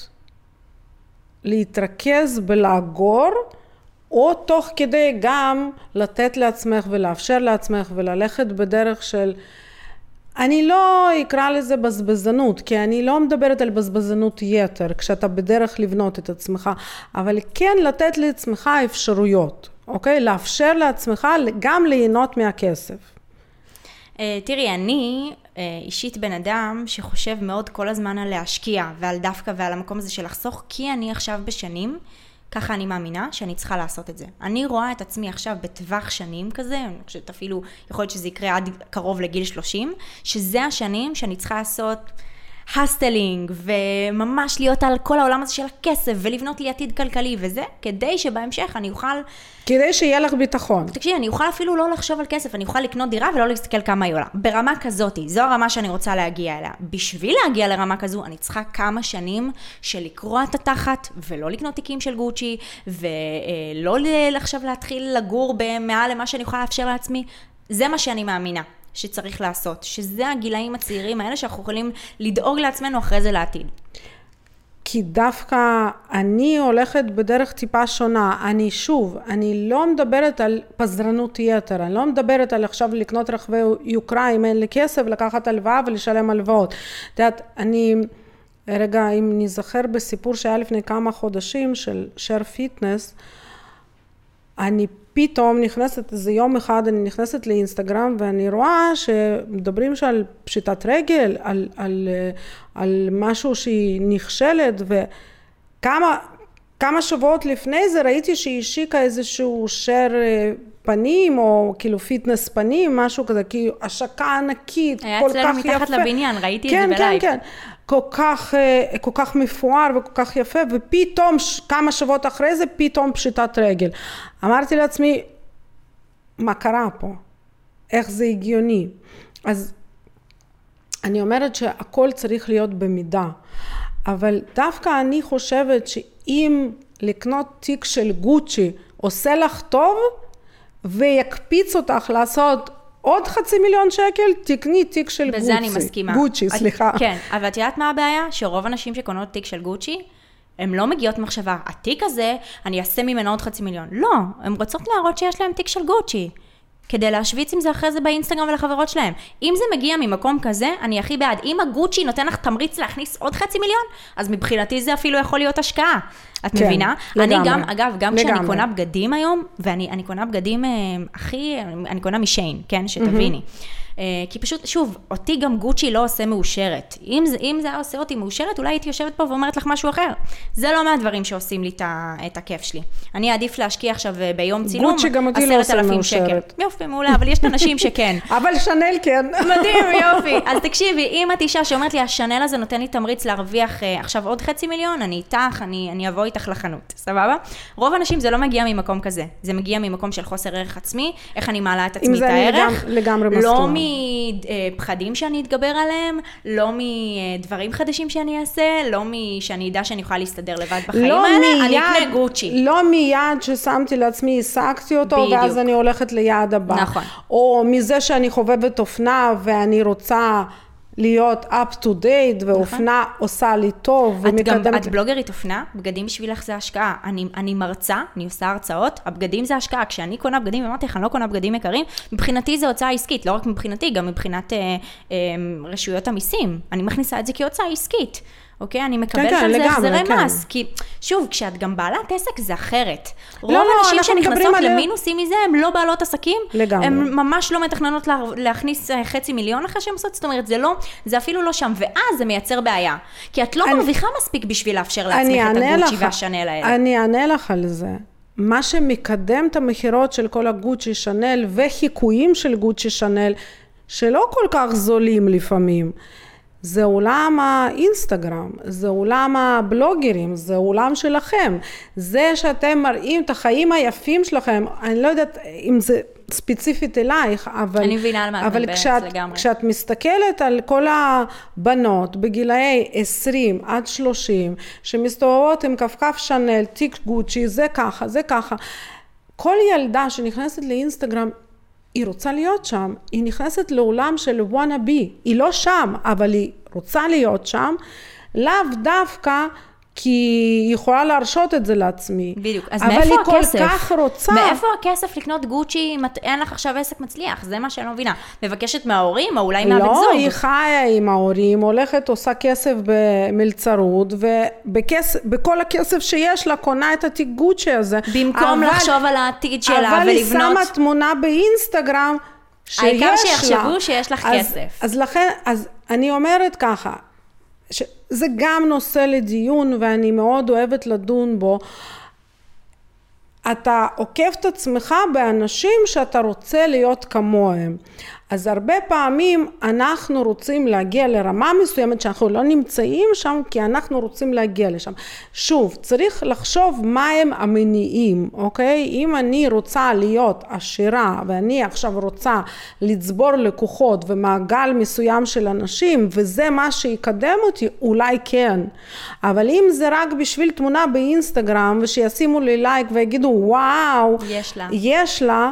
להתרכז בלאגור, או תוך כדי גם לתת לעצמך ולאפשר לעצמך וללכת בדרך של, אני לא אקרא לזה בזבזנות, כי אני לא מדברת על בזבזנות יתר, כשאתה בדרך לבנות את עצמך, אבל כן לתת לעצמך אפשרויות, אוקיי? לאפשר לעצמך גם ליהנות מהכסף. תראי, אני אישית בן אדם שחושב מאוד כל הזמן על להשקיע ועל דווקא ועל המקום הזה של לחסוך, כי אני עכשיו בשנים, ככה אני מאמינה שאני צריכה לעשות את זה. אני רואה את עצמי עכשיו בטווח שנים כזה, אני חושבת אפילו, יכול להיות שזה יקרה עד קרוב לגיל שלושים, שזה השנים שאני צריכה לעשות הסטלינג, וממש להיות על כל העולם הזה של הכסף, ולבנות לי עתיד כלכלי וזה, כדי שבהמשך אני אוכל... כדי שיהיה לך ביטחון. תקשיבי, אני אוכל אפילו לא לחשוב על כסף, אני אוכל לקנות דירה ולא להסתכל כמה היא עולה. ברמה כזאת, זו הרמה שאני רוצה להגיע אליה. בשביל להגיע לרמה כזו, אני צריכה כמה שנים של לקרוע את התחת, ולא לקנות תיקים של גוצ'י, ולא עכשיו להתחיל לגור במעל למה שאני יכולה לאפשר לעצמי. זה מה שאני מאמינה שצריך לעשות, שזה הגילאים הצעירים האלה שאנחנו יכולים לדאוג לעצמנו אחרי זה לעתיד. כי דווקא אני הולכת בדרך טיפה שונה, אני שוב, אני לא מדברת על פזרנות יתר, אני לא מדברת על עכשיו לקנות רכבי יוקרה אם אין לי כסף, לקחת הלוואה ולשלם הלוואות. את יודעת, אני, רגע, אם נזכר בסיפור שהיה לפני כמה חודשים של שייר פיטנס, אני פתאום נכנסת, איזה יום אחד אני נכנסת לאינסטגרם ואני רואה שמדברים שעל פשיטת רגל, על, על, על משהו שהיא נכשלת, וכמה כמה שבועות לפני זה ראיתי שהיא השיקה איזשהו שר פנים, או כאילו פיטנס פנים, משהו כזה, כאילו השקה ענקית, כל כך יפה. היה אצלנו מתחת לבניין, ראיתי כן, את זה בלייב. כן, כן, כל כך, כל כך מפואר וכל כך יפה, ופתאום כמה שבועות אחרי זה, פתאום פשיטת רגל. אמרתי לעצמי, מה קרה פה? איך זה הגיוני? אז אני אומרת שהכל צריך להיות במידה, אבל דווקא אני חושבת שאם לקנות תיק של גוצ'י עושה לך טוב, ויקפיץ אותך לעשות עוד חצי מיליון שקל, תקני תיק של גוצ'י. בזה אני מסכימה. גוצ'י, סליחה. כן, אבל את יודעת מה הבעיה? שרוב אנשים שקונות תיק של גוצ'י, הן לא מגיעות מחשבה, התיק הזה, אני אעשה ממנו עוד חצי מיליון. לא, הן רוצות להראות שיש להם תיק של גוצ'י, כדי להשוויץ עם זה אחרי זה באינסטגרם ולחברות שלהם. אם זה מגיע ממקום כזה, אני הכי בעד. אם הגוצ'י נותן לך תמריץ להכניס עוד חצי מיליון, אז מבחינתי זה אפילו יכול להיות השקעה. את כן, מבינה? לגמרי. אני גם, אגב, גם לגמרי. כשאני קונה בגדים היום, ואני אני קונה בגדים אה, הכי, אני קונה משיין, כן? שתביני. כי פשוט, שוב, אותי גם גוצ'י לא עושה מאושרת. אם זה, אם זה היה עושה אותי מאושרת, אולי הייתי יושבת פה ואומרת לך משהו אחר. זה לא מהדברים שעושים לי את הכיף שלי. אני עדיף להשקיע עכשיו ביום צילום, גוצ'י גם אותי לא עושה מאושרת. יופי, מעולה, אבל יש אנשים שכן. אבל שנל כן. מדהים, יופי. אז תקשיבי, אם את אישה שאומרת לי, השנל הזה נותן לי תמריץ להרוויח עכשיו עוד חצי מיליון, אני איתך, אני, אני אבוא איתך לחנות, סבבה? רוב האנשים זה לא מגיע ממקום כזה. זה מגיע ממקום של חוסר ערך עצמי, איך אני מעלה את עצמי את הערך. לא מפחדים שאני אתגבר עליהם, לא מדברים חדשים שאני אעשה, לא משאני אדע שאני יכולה להסתדר לבד בחיים לא האלה, מיד, אני אקנה גוצ'י. לא מיד ששמתי לעצמי, השגתי אותו, בדיוק. ואז אני הולכת ליעד הבא. נכון. או מזה שאני חובבת אופנה, ואני רוצה להיות up to date, ואופנה נכון. עושה לי טוב, את ומקדמת... גם, את בלוגרית אופנה, בגדים בשבילך זה השקעה. אני, אני מרצה, אני עושה הרצאות, הבגדים זה השקעה. כשאני קונה בגדים, אמרתי לך, אני לא קונה בגדים יקרים, מבחינתי זה הוצאה עסקית, לא רק מבחינתי, גם מבחינת אה, אה, רשויות המיסים. אני מכניסה את זה כהוצאה עסקית. אוקיי? אני מקבלת כן, על זה לגמרי, החזרי כן. מס, כי שוב, כשאת גם בעלת עסק זה אחרת. רוב לא, האנשים לא, שנכנסות על... למינוסים מזה, הם לא בעלות עסקים, לגמרי. הם ממש לא מתכננות לה, להכניס חצי מיליון אחרי שהם עושות, זאת אומרת, זה לא, זה אפילו לא שם, ואז זה מייצר בעיה. כי את לא אני, מרוויחה מספיק בשביל לאפשר לעצמך את הגוצ'י והשנל האלה. אני אענה לך על זה. מה שמקדם את המחירות של כל הגוצ'י שנל, וחיקויים של גוצ'י שנל, שלא כל כך זולים לפעמים, זה עולם האינסטגרם, זה עולם הבלוגרים, זה עולם שלכם. זה שאתם מראים את החיים היפים שלכם, אני לא יודעת אם זה ספציפית אלייך, אבל, אני מבינה על מה את מדברת לגמרי. כשאת מסתכלת על כל הבנות בגילאי עשרים עד שלושים, שמסתובבות עם כפכף שנל, תיק גוצ'י, זה ככה, זה ככה. כל ילדה שנכנסת לאינסטגרם, היא רוצה להיות שם, היא נכנסת לעולם של wanna be, היא לא שם, אבל היא רוצה להיות שם, לאו דווקא כי היא יכולה להרשות את זה לעצמי. בדיוק, אז מאיפה הכסף? אבל היא כל כך רוצה. מאיפה הכסף לקנות גוצ'י אם אין לך עכשיו עסק מצליח? זה מה שאני לא מבינה. מבקשת מההורים או אולי מהבן זוג? לא, היא חיה עם ההורים, הולכת, עושה כסף במלצרות, ובכל הכסף שיש לה קונה את התיק גוצ'י הזה. במקום אבל, לחשוב על העתיד שלה אבל ולבנות. אבל היא שמה תמונה באינסטגרם שיש לה. העיקר שיחשבו שיש לך אז, כסף. אז לכן, אז אני אומרת ככה, זה גם נושא לדיון, ואני מאוד אוהבת לדון בו. אתה עוקף את עצמך באנשים שאתה רוצה להיות כמוהם. אז הרבה פעמים אנחנו רוצים להגיע לרמה מסוימת שאנחנו לא נמצאים שם, כי אנחנו רוצים להגיע לשם. שוב, צריך לחשוב מה הם המניעים, אוקיי? אם אני רוצה להיות עשירה, ואני עכשיו רוצה לצבור לקוחות ומעגל מסוים של אנשים, וזה מה שיקדם אותי, אולי כן. אבל אם זה רק בשביל תמונה באינסטגרם, ושישימו לי לייק ויגידו, וואו, יש לה. יש לה,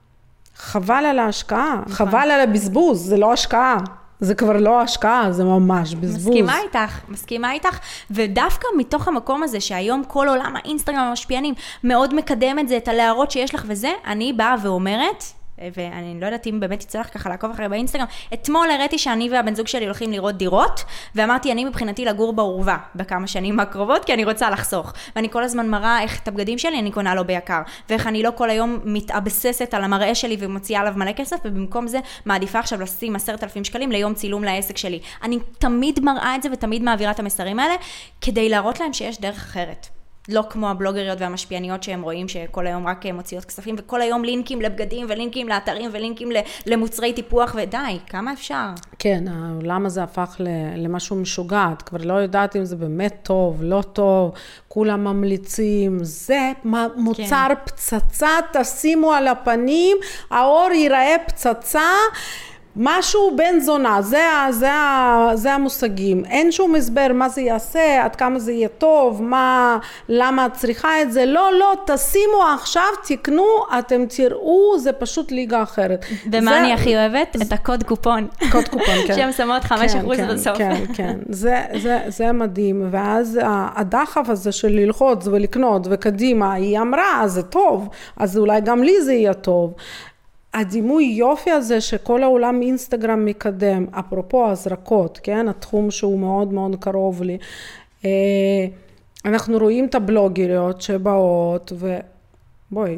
חבל על ההשקעה, חבל על הבזבוז, זה לא השקעה, זה כבר לא השקעה, זה ממש בזבוז. מסכימה איתך, מסכימה איתך, ודווקא מתוך המקום הזה שהיום כל עולם האינסטגרם המשפיענים מאוד מקדם את זה, את הלהראות שיש לך וזה, אני באה ואומרת, ואני לא יודעת אם באמת יצא לך ככה לעקוב אחרי באינסטגרם, אתמול הראיתי שאני והבן זוג שלי הולכים לראות דירות, ואמרתי אני מבחינתי לגור בעורבה בכמה שנים הקרובות, כי אני רוצה לחסוך, ואני כל הזמן מראה איך את הבגדים שלי אני קונה לו ביקר, ואיך אני לא כל היום מתאבססת על המראה שלי ומוציאה עליו מלא כסף, ובמקום זה מעדיפה עכשיו לשים עשרת אלפים שקלים ליום צילום לעסק שלי. אני תמיד מראה את זה ותמיד מעבירה את המסרים האלה, כדי להראות להם שיש דרך אחרת. לא כמו הבלוגריות והמשפיעניות שהם רואים שכל היום רק מוציאות כספים, וכל היום לינקים לבגדים ולינקים לאתרים ולינקים למוצרי טיפוח, ודי, כמה אפשר? כן, העולם הזה הפך למשהו משוגעת, כבר לא יודעת אם זה באמת טוב, לא טוב, כולם ממליצים, זה מוצר כן. פצצה, תשימו על הפנים, האור ייראה פצצה, משהו בן זונה, זה, זה, זה המושגים. אין שום הסבר מה זה יעשה, עד כמה זה יהיה טוב, מה, למה את צריכה את זה. לא, לא, תשימו עכשיו, תקנו, אתם תראו, זה פשוט ליגה אחרת. ומה זה, אני הכי אוהבת? את הקוד קופון. קוד קופון, כן. שהם שמות חמש אחוז כן, בסוף. כן, כן. זה, זה, זה מדהים. ואז הדחף הזה של ללחוץ ולקנות וקדימה, היא אמרה, זה טוב, אז אולי גם לי זה יהיה טוב. הדימוי יופי הזה שכל העולם אינסטגרם מקדם, אפרופו הזרקות, כן? התחום שהוא מאוד מאוד קרוב לי. אנחנו רואים את הבלוגריות שבאות, ובואי,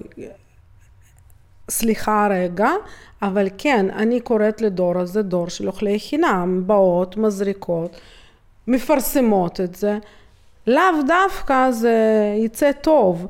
סליחה רגע, אבל כן, אני קוראת לדור הזה, דור של אוכלי חינם, באות, מזריקות, מפרסמות את זה. לאו דווקא זה יצא טוב.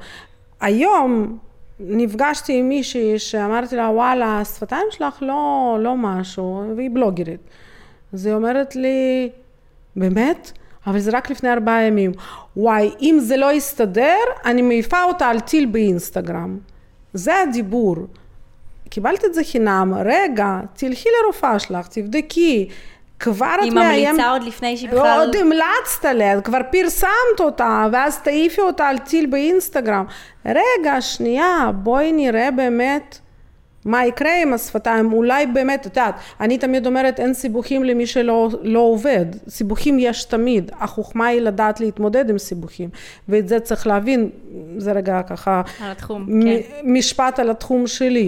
היום, נפגשתי עם מישהי שאמרתי לה, וואלה, השפתיים שלך לא, לא משהו, והיא בלוגרית. אז היא אומרת לי, באמת? אבל זה רק לפני ארבעה ימים. וואי, אם זה לא יסתדר, אני מעיפה אותה על טיל באינסטגרם. זה הדיבור. קיבלת את זה חינם, רגע, תלכי לרופאה שלך, תבדקי, כבר את מאיים... היא ממליצה עוד לפני שהיא בכלל... עוד המלצת עליה, כבר פרסמת אותה, ואז תעיפי אותה על טיל באינסטגרם. רגע, שנייה, בואי נראה באמת מה יקרה עם השפתיים. אולי באמת, את יודעת, אני תמיד אומרת, אין סיבוכים למי שלא לא עובד. סיבוכים יש תמיד. החוכמה היא לדעת להתמודד עם סיבוכים. ואת זה צריך להבין, זה רגע ככה... על התחום, מ- כן. משפט על התחום שלי.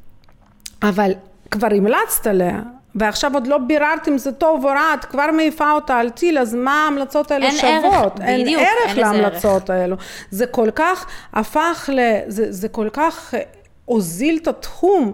אבל כבר המלצת עליה, ועכשיו עוד לא ביררת אם זה טוב או רע, את כבר מעיפה אותה על טיל, אז מה ההמלצות האלה אין שוות? ערך, אין בדיוק, ערך אין לזה להמלצות האלו. זה כל כך הפך ל... זה, זה כל כך הוזיל את התחום,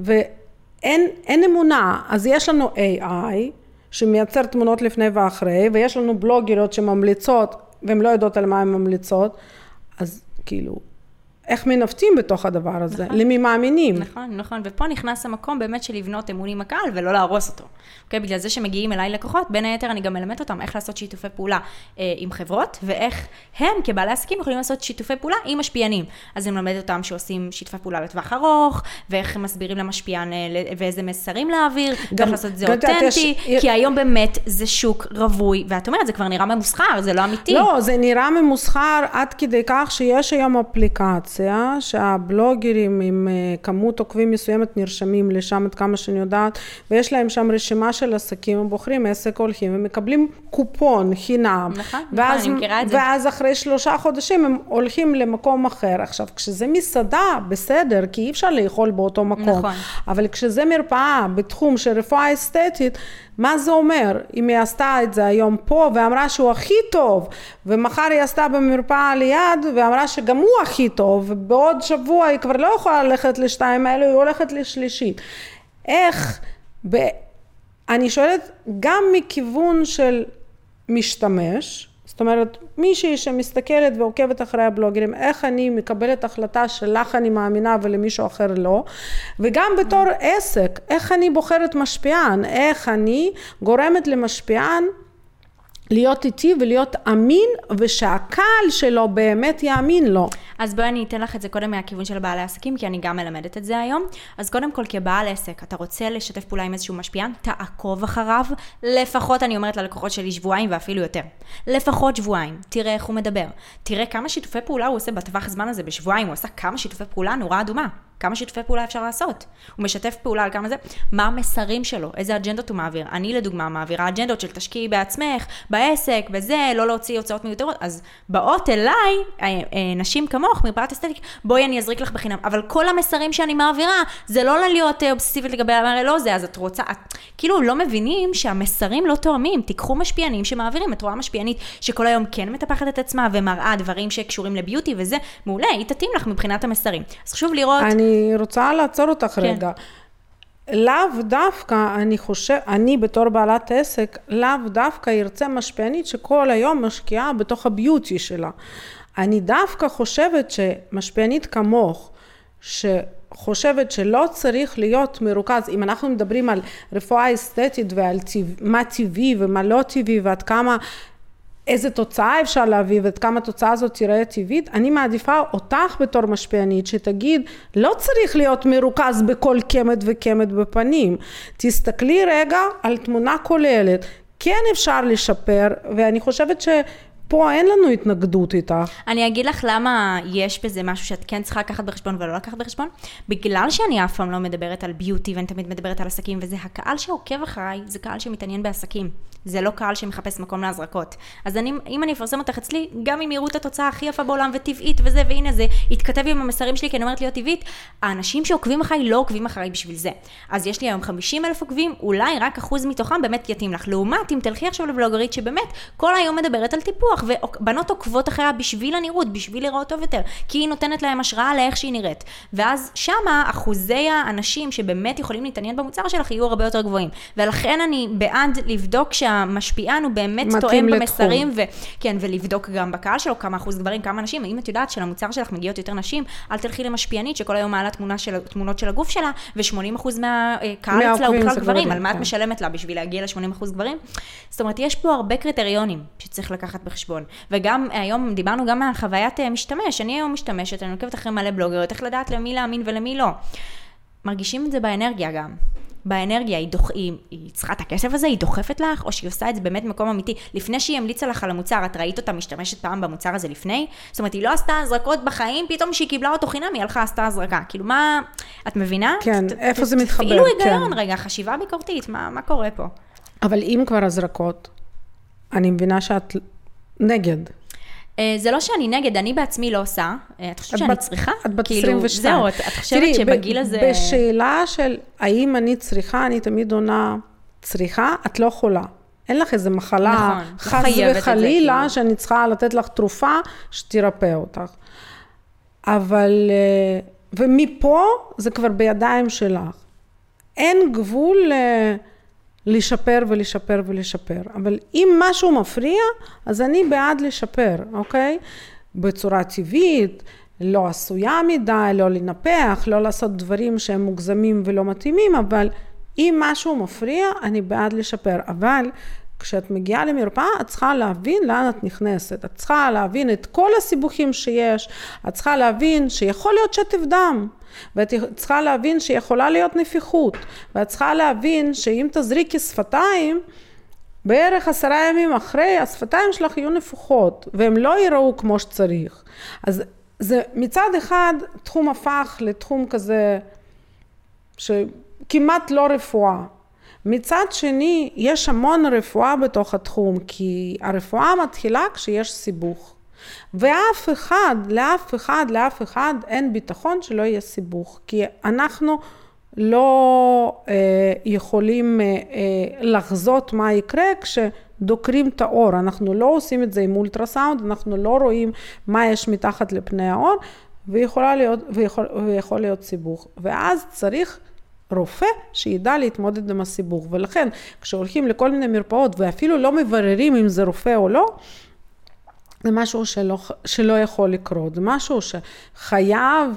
ואין אין אמונה. אז יש לנו איי איי, שמייצר תמונות לפני ואחרי, ויש לנו בלוגריות שממליצות, והן לא יודעות על מה הן ממליצות, אז כאילו... איך מנווטים בתוך הדבר הזה, נכון. למי מאמינים. נכון, נכון, ופה נכנס המקום באמת של לבנות אמון עם הקהל ולא להרוס אותו. אוקיי, בגלל זה שמגיעים אליי לקוחות, בין היתר אני גם מלמד אותם איך לעשות שיתופי פעולה אה, עם חברות, ואיך הם כבעלי עסקים יכולים לעשות שיתופי פעולה עם משפיענים. אז אני מלמד אותם שעושים שיתופי פעולה לטווח ארוך, ואיך הם מסבירים למשפיען אה, ואיזה מסרים להעביר, ואיך לעשות את זה אותנטי, יש... כי היום באמת זה שוק רווי, ואת אומרת, זה כבר נראה ממוסחר, זה לא אמיתי. לא, זה נראה ממוסחר עד כדי כך שיש היום אפליקציה, שהבלוגרים עם כמות עוקבים מסוימת נרשמים לשם עד כמה שאני יודעת, ויש להם שם רשימה של עסקים, הם בוחרים עסק, הולכים ומקבלים קופון חינם. נכון, ואז, נכון, אני מכירה את זה. ואז אחרי שלושה חודשים הם הולכים למקום אחר. עכשיו, כשזה מסעדה, בסדר, כי אי אפשר לאכול באותו מקום. נכון. אבל כשזה מרפאה בתחום של רפואה אסתטית, מה זה אומר? אם היא עשתה את זה היום פה ואמרה שהוא הכי טוב, ומחר היא עשתה במרפאה ליד ואמרה שגם הוא הכי טוב, ובעוד שבוע היא כבר לא יכולה ללכת לשתיים האלו, היא הולכת לשלישית. איך? ב... אני שואלת גם מכיוון של משתמש, זאת אומרת, מישהי שמסתכלת ועוקבת אחרי הבלוגרים, איך אני מקבלת החלטה שלך אני מאמינה ולמישהו אחר לא, וגם בתור עסק, איך אני בוחרת משפיען, איך אני גורמת למשפיען להיות איתי ולהיות אמין, ושהקהל שלו באמת יאמין לו. אז בואי אני אתן לך את זה קודם מהכיוון של בעלי עסקים, כי אני גם מלמדת את זה היום. אז קודם כל, כבעל עסק, אתה רוצה לשתף פעולה עם איזשהו משפיען, תעקוב אחריו, לפחות אני אומרת ללקוחות שלי שבועיים ואפילו יותר. לפחות שבועיים, תראה איך הוא מדבר. תראה כמה שיתופי פעולה הוא עושה בטווח הזמן הזה, בשבועיים הוא עושה כמה שיתופי פעולה נורא אדומה. כמה שיתופי פעולה אפשר לעשות. הוא משתף פעולה על כמה זה, מה המסרים שלו, איזה אג'נדות הוא מעביר. אני לדוגמה מעבירה אג'נדות של תשקיעי בעצמך, בעסק, בזה, לא להוציא הוצאות מיותרות. אז באות אליי, נשים כמוך, מרפאת אסתטיק, בואי אני אזריק לך בחינם. אבל כל המסרים שאני מעבירה, זה לא להיות אובססיבית לגבי, הרי לא זה, אז את רוצה, את, כאילו לא מבינים שהמסרים לא תואמים. תיקחו משפיענים שמעבירים, את רואה משפיענית שכל היום כן מטפחת את עצמה ומראה דברים שקשורים לביוטי וזה, מעולה, היא תתאים לך מבחינת המסרים. אז חשוב לראות אני רוצה לעצור אותך כן. רגע. לאו דווקא, אני חושב, אני בתור בעלת עסק, לאו דווקא ירצה משפיענית שכל היום משקיעה בתוך הביוטי שלה. אני דווקא חושבת שמשפיענית כמוך, שחושבת שלא צריך להיות מרוכז, אם אנחנו מדברים על רפואה אסתטית ועל טיב, מה טבעי ומה לא טבעי ועד כמה איזה תוצאה אפשר להביא ועד כמה התוצאה הזאת תראה טבעית, אני מעדיפה אותך בתור משפיענית שתגיד, לא צריך להיות מרוכז בכל קמת וקמת בפנים. תסתכלי רגע על תמונה כוללת, כן אפשר לשפר, ואני חושבת ש... פה אין לנו התנגדות איתך. אני אגיד לך למה יש בזה משהו שאת כן צריכה לקחת בחשבון ולא לקחת בחשבון. בגלל שאני אף פעם לא מדברת על ביוטי ואני תמיד מדברת על עסקים, וזה הקהל שעוקב אחריי, זה קהל שמתעניין בעסקים. זה לא קהל שמחפש מקום להזרקות. אז אני, אם אני אפרסם אותך אצלי, גם אם יראו את התוצאה הכי יפה בעולם וטבעית וזה, והנה זה, יתכתב עם המסרים שלי, כי אני אומרת להיות טבעית, האנשים שעוקבים אחריי לא עוקבים אחריי בשביל זה. אז יש לי היום חמישים אלף עוקבים, אולי רק אחוז מתוכם באמת יתאים לך. לעומת, אם תלכי עכשיו לבלוגרית שבאמת כל היום מדברת על טיפוח, ובנות עוקבות אחריה בשביל הנראות, בשביל לראות טוב יותר, כי היא נותנת להם השראה לאיך שהיא נראית. ואז שמה אחוזי האנשים שבאמת יכולים להתעניין במוצר שלך יהיו הרבה יותר גבוהים. ולכן אני בעד לבדוק שהמשפיען הוא באמת תואם במסרים, ו... כן, ולבדוק גם בקהל שלו כמה אחוז גברים, כמה נשים. אם את יודעת שלמוצר שלך מגיעות יותר נשים, אל תלכי למשפיענית שכל היום מעלה תמונה של, תמונות של הגוף שלה, ו-שמונים אחוז מהקהל אצלה הוא בכלל גברים. על מה את משלמת לה בשביל להגיע ל-שמונים אחוז גברים? זאת אומרת, יש פה הרבה קריטריונים שצריך לקחת בחשבון. וגם היום דיברנו גם מהחוויית משתמש. אני היום משתמשת, אני עוקבת אחרי מלא בלוגריות, איך לדעת למי להאמין ולמי לא. מרגישים את זה באנרגיה גם. באנרגיה היא, דוח, היא, היא צריכה את הכסף הזה, היא דוחפת לך, או שהיא עושה את זה באמת מקום אמיתי. לפני שהיא המליצה לך על המוצר, את ראית אותה משתמשת פעם במוצר הזה לפני? זאת אומרת, היא לא עשתה הזרקות בחיים, פתאום שהיא קיבלה אותו חינם, היא הלכה עשתה הזרקה. כאילו מה, את מבינה? כן, ת, איפה ת, זה מתחבר? תפעילו היגיון, כן. רגע, חשיבה ביקורתית, מה, מה קורה פה? אבל אם כבר הזרקות, אני מבינה שאת נגד. זה לא שאני נגד, אני בעצמי לא עושה. את חושבת שאני צריכה? את בת עשרים ושתיים. זהו, את חושבת שבגיל הזה... בשאלה של האם אני צריכה, אני תמיד עונה צריכה, את לא חולה. אין לך איזו מחלה, חס וחלילה, שאני צריכה לתת לך תרופה שתירפא אותך. אבל, ומפה זה כבר בידיים שלך. אין גבול לשפר ולשפר ולשפר. אבל אם משהו מפריע, אז אני בעד לשפר, אוקיי? בצורה טבעית, לא עשויה מדי, לא לנפח, לא לעשות דברים שהם מוגזמים ולא מתאימים, אבל אם משהו מפריע, אני בעד לשפר. אבל כשאת מגיעה למרפאה, את צריכה להבין לאן את נכנסת. את צריכה להבין את כל הסיבוכים שיש. את צריכה להבין שיכול להיות שטף דם. ואת צריכה להבין שיכולה להיות נפיחות. ואת צריכה להבין שאם תזריקי שפתיים, בערך עשרה ימים אחרי, השפתיים שלך יהיו נפוחות. והם לא יראו כמו שצריך. אז זה מצד אחד, תחום הפך לתחום כזה, שכמעט לא רפואה. מצד שני, יש המון רפואה בתוך התחום, כי הרפואה מתחילה כשיש סיבוך. ואף אחד, לאף אחד, לאף אחד אין ביטחון שלא יהיה סיבוך. כי אנחנו לא אה, יכולים אה, אה, לחזות מה יקרה כשדוקרים את האור. אנחנו לא עושים את זה עם אולטרסאונד, אנחנו לא רואים מה יש מתחת לפני האור, ויכולה להיות, ויכול, ויכול להיות סיבוך. ואז צריך רופא שידע להתמודד עם הסיבוך. ולכן, כשהולכים לכל מיני מרפאות, ואפילו לא מבררים אם זה רופא או לא, זה משהו שלא, שלא יכול לקרות, זה משהו שחייב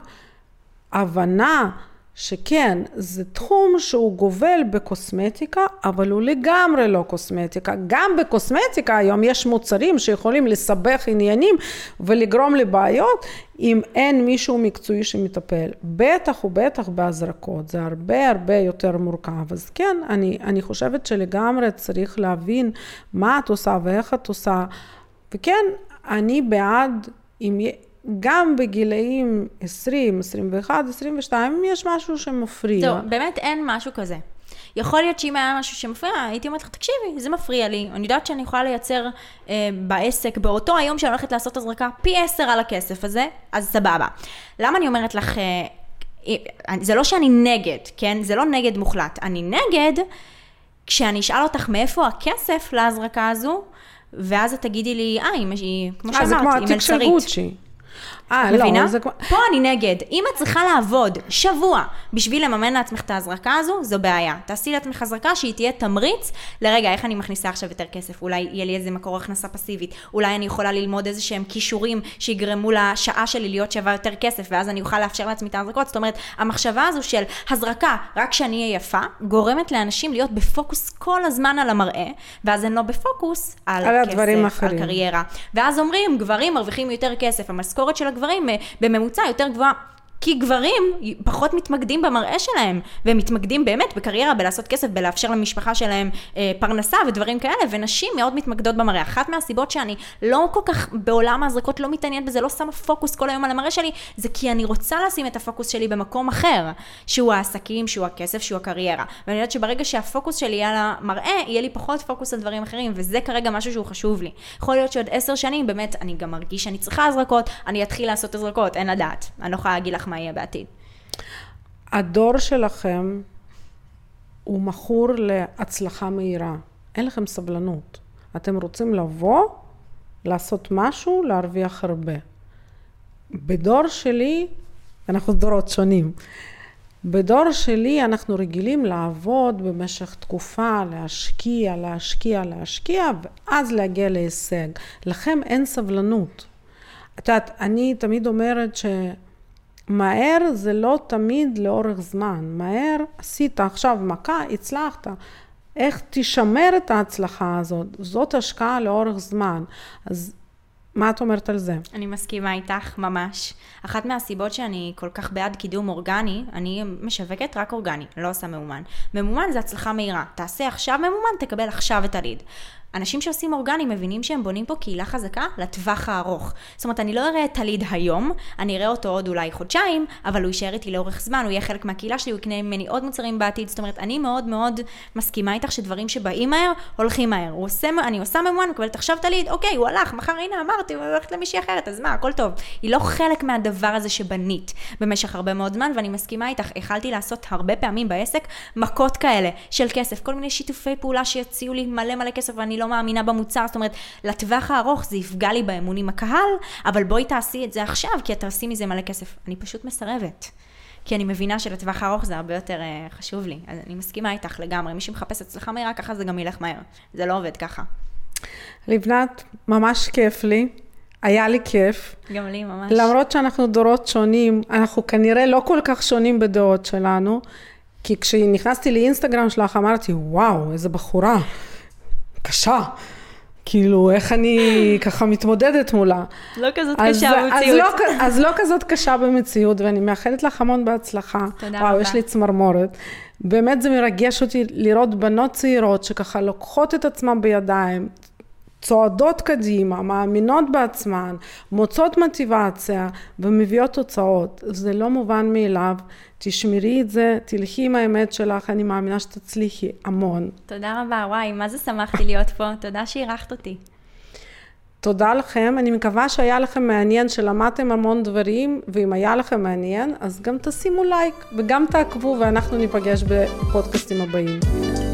הבנה שכן, זה תחום שהוא גובל בקוסמטיקה, אבל הוא לגמרי לא קוסמטיקה. גם בקוסמטיקה היום יש מוצרים שיכולים לסבך עניינים ולגרום לבעיות, אם אין מישהו מקצועי שמטפל. בטח ובטח בהזרקות, זה הרבה הרבה יותר מורכב. אז כן, אני, אני חושבת שלגמרי צריך להבין מה את עושה ואיך את עושה. וכן, אני בעד, אם גם בגילאים עשרים, עשרים ואחת, עשרים ושתיים, אם יש משהו שמפריע. זהו, באמת אין משהו כזה. יכול להיות שאם היה משהו שמפריע, הייתי אומרת לך, תקשיבי, זה מפריע לי. אני יודעת שאני יכולה לייצר אה, בעסק, באותו היום שאני הולכת לעשות הזרקה, פי עשר על הכסף הזה, אז סבבה. למה אני אומרת לך, אה, זה לא שאני נגד, כן? זה לא נגד מוחלט. אני נגד, כשאני אשאל אותך מאיפה הכסף להזרקה הזו, ואז את תגידי לי, אה, היא, כמו שאמרת, היא מלצרית. זה כמו התיק של גוצ'י. אה, מבינה? לא, זה כמו... פה אני נגד. אם את צריכה לעבוד שבוע בשביל לממן לעצמך את ההזרקה הזו, זו בעיה. תעשי לעצמך הזרקה שהיא תהיה תמריץ לרגע, איך אני מכניסה עכשיו יותר כסף? אולי יהיה לי איזה מקור הכנסה פסיבית. אולי אני יכולה ללמוד איזה שהם קישורים שיגרמו לשעה שלי להיות שווה יותר כסף, ואז אני אוכל לאפשר לעצמי את ההזרקות. זאת אומרת, המחשבה הזו של הזרקה, רק שאני אהיה יפה, גורמת לאנשים להיות בפוקוס כל הזמן על המראה, ואז הם לא בפוקוס על, על כסף, על קריירה. ואז אומרים, גברים מרוויחים יותר כסף, המשכורת של הגברים בממוצע יותר גבוהה, כי גברים פחות מתמקדים במראה שלהם, והם מתמקדים באמת בקריירה, בלעשות כסף, בלאפשר למשפחה שלהם אה, פרנסה ודברים כאלה, ונשים מאוד מתמקדות במראה. אחת מהסיבות שאני לא כל כך בעולם ההזרקות לא מתעניינת בזה, לא שמה פוקוס כל היום על המראה שלי, זה כי אני רוצה לשים את הפוקוס שלי במקום אחר, שהוא העסקים, שהוא הכסף, שהוא הקריירה. ואני יודעת שברגע שהפוקוס שלי יהיה על המראה, יהיה לי פחות פוקוס על דברים אחרים, וזה כרגע משהו שהוא חשוב לי. יכול להיות שעוד עשר שנים, באמת, אני גם מרגיש שאני צריכה הזרקות, אני אתחיל לעשות הזרקות, אין לדעת. אני לא יכולה להגיד לך מה יהיה בעתיד. הדור שלכם הוא מכור להצלחה מהירה. אין לכם סבלנות. אתם רוצים לבוא, לעשות משהו, להרוויח הרבה. בדור שלי, אנחנו דורות שונים, בדור שלי אנחנו רגילים לעבוד במשך תקופה, להשקיע, להשקיע, להשקיע, ואז להגיע להישג. לכם אין סבלנות. את יודעת, אני תמיד אומרת ש... מהר זה לא תמיד לאורך זמן. מהר עשית עכשיו מכה, הצלחת. איך תשמר את ההצלחה הזאת? זאת השקעה לאורך זמן. אז מה את אומרת על זה? אני מסכימה איתך ממש. אחת מהסיבות שאני כל כך בעד קידום אורגני, אני משווקת רק אורגני, לא עושה ממומן. ממומן זה הצלחה מהירה. תעשה עכשיו ממומן, תקבל עכשיו את הליד. אנשים שעושים אורגני מבינים שהם בונים פה קהילה חזקה לטווח הארוך. זאת אומרת, אני לא אראה את הליד היום, אני אראה אותו עוד אולי חודשיים, אבל הוא יישאר איתי לאורך זמן, הוא יהיה חלק מהקהילה שלי, הוא יקנה ממני עוד מוצרים בעתיד. זאת אומרת, אני מאוד מאוד מסכימה איתך שדברים שבאים מהר, הולכים מהר. הוא עושה, אני עושה ממומן, מקבלת עכשיו את הליד, אוקיי, הוא הלך, מחר הנה אמרתי, הוא הולכת למישהי אחרת, אז מה, הכל טוב. היא לא חלק מהדבר הזה שבנית במשך הרבה מאוד זמן, ואני מסכימה איתך, החלתי לעשות הרבה פעמים בעסק מכות כאלה של כסף, כל מיני שיתופי פעולה שיציעו לי מלא מלא כסף, ואני לא מאמינה במוצר. זאת אומרת, לטווח הארוך זה יפגע לי באמון עם הקהל, אבל בואי תעשי את זה עכשיו, כי את תעשי מזה מלא כסף. אני פשוט מסרבת. כי אני מבינה שלטווח הארוך זה הרבה יותר uh, חשוב לי. אז אני מסכימה איתך לגמרי. מי שמחפש הצלחה מהירה, ככה זה גם ילך מהר. זה לא עובד ככה. לבנת, ממש כיף לי. היה לי כיף. גם לי ממש. למרות שאנחנו דורות שונים, אנחנו כנראה לא כל כך שונים בדעות שלנו, כי כשנכנסתי לאינסטגרם שלך, אמרתי, וואו, איזה בחורה. קשה. כאילו, איך אני ככה מתמודדת מולה. לא כזאת קשה במציאות. אז לא, אז לא כזאת קשה במציאות, ואני מאחלת לך המון בהצלחה. תודה וואו, רבה. יש לי צמרמורת. באמת זה מרגש אותי לראות בנות צעירות, שככה לוקחות את עצמם בידיים, צועדות קדימה, מאמינות בעצמן, מוצאות מוטיבציה ומביאות תוצאות. זה לא מובן מאליו. תשמרי את זה, תלכי עם האמת שלך, אני מאמינה שתצליחי המון. תודה רבה, וואי, מה זה שמחתי להיות פה. תודה שהירחת אותי. תודה לכם, אני מקווה שהיה לכם מעניין, שלמדתם המון דברים, ואם היה לכם מעניין, אז גם תשימו לייק וגם תעקבו, ואנחנו ניפגש בפודקאסטים הבאים.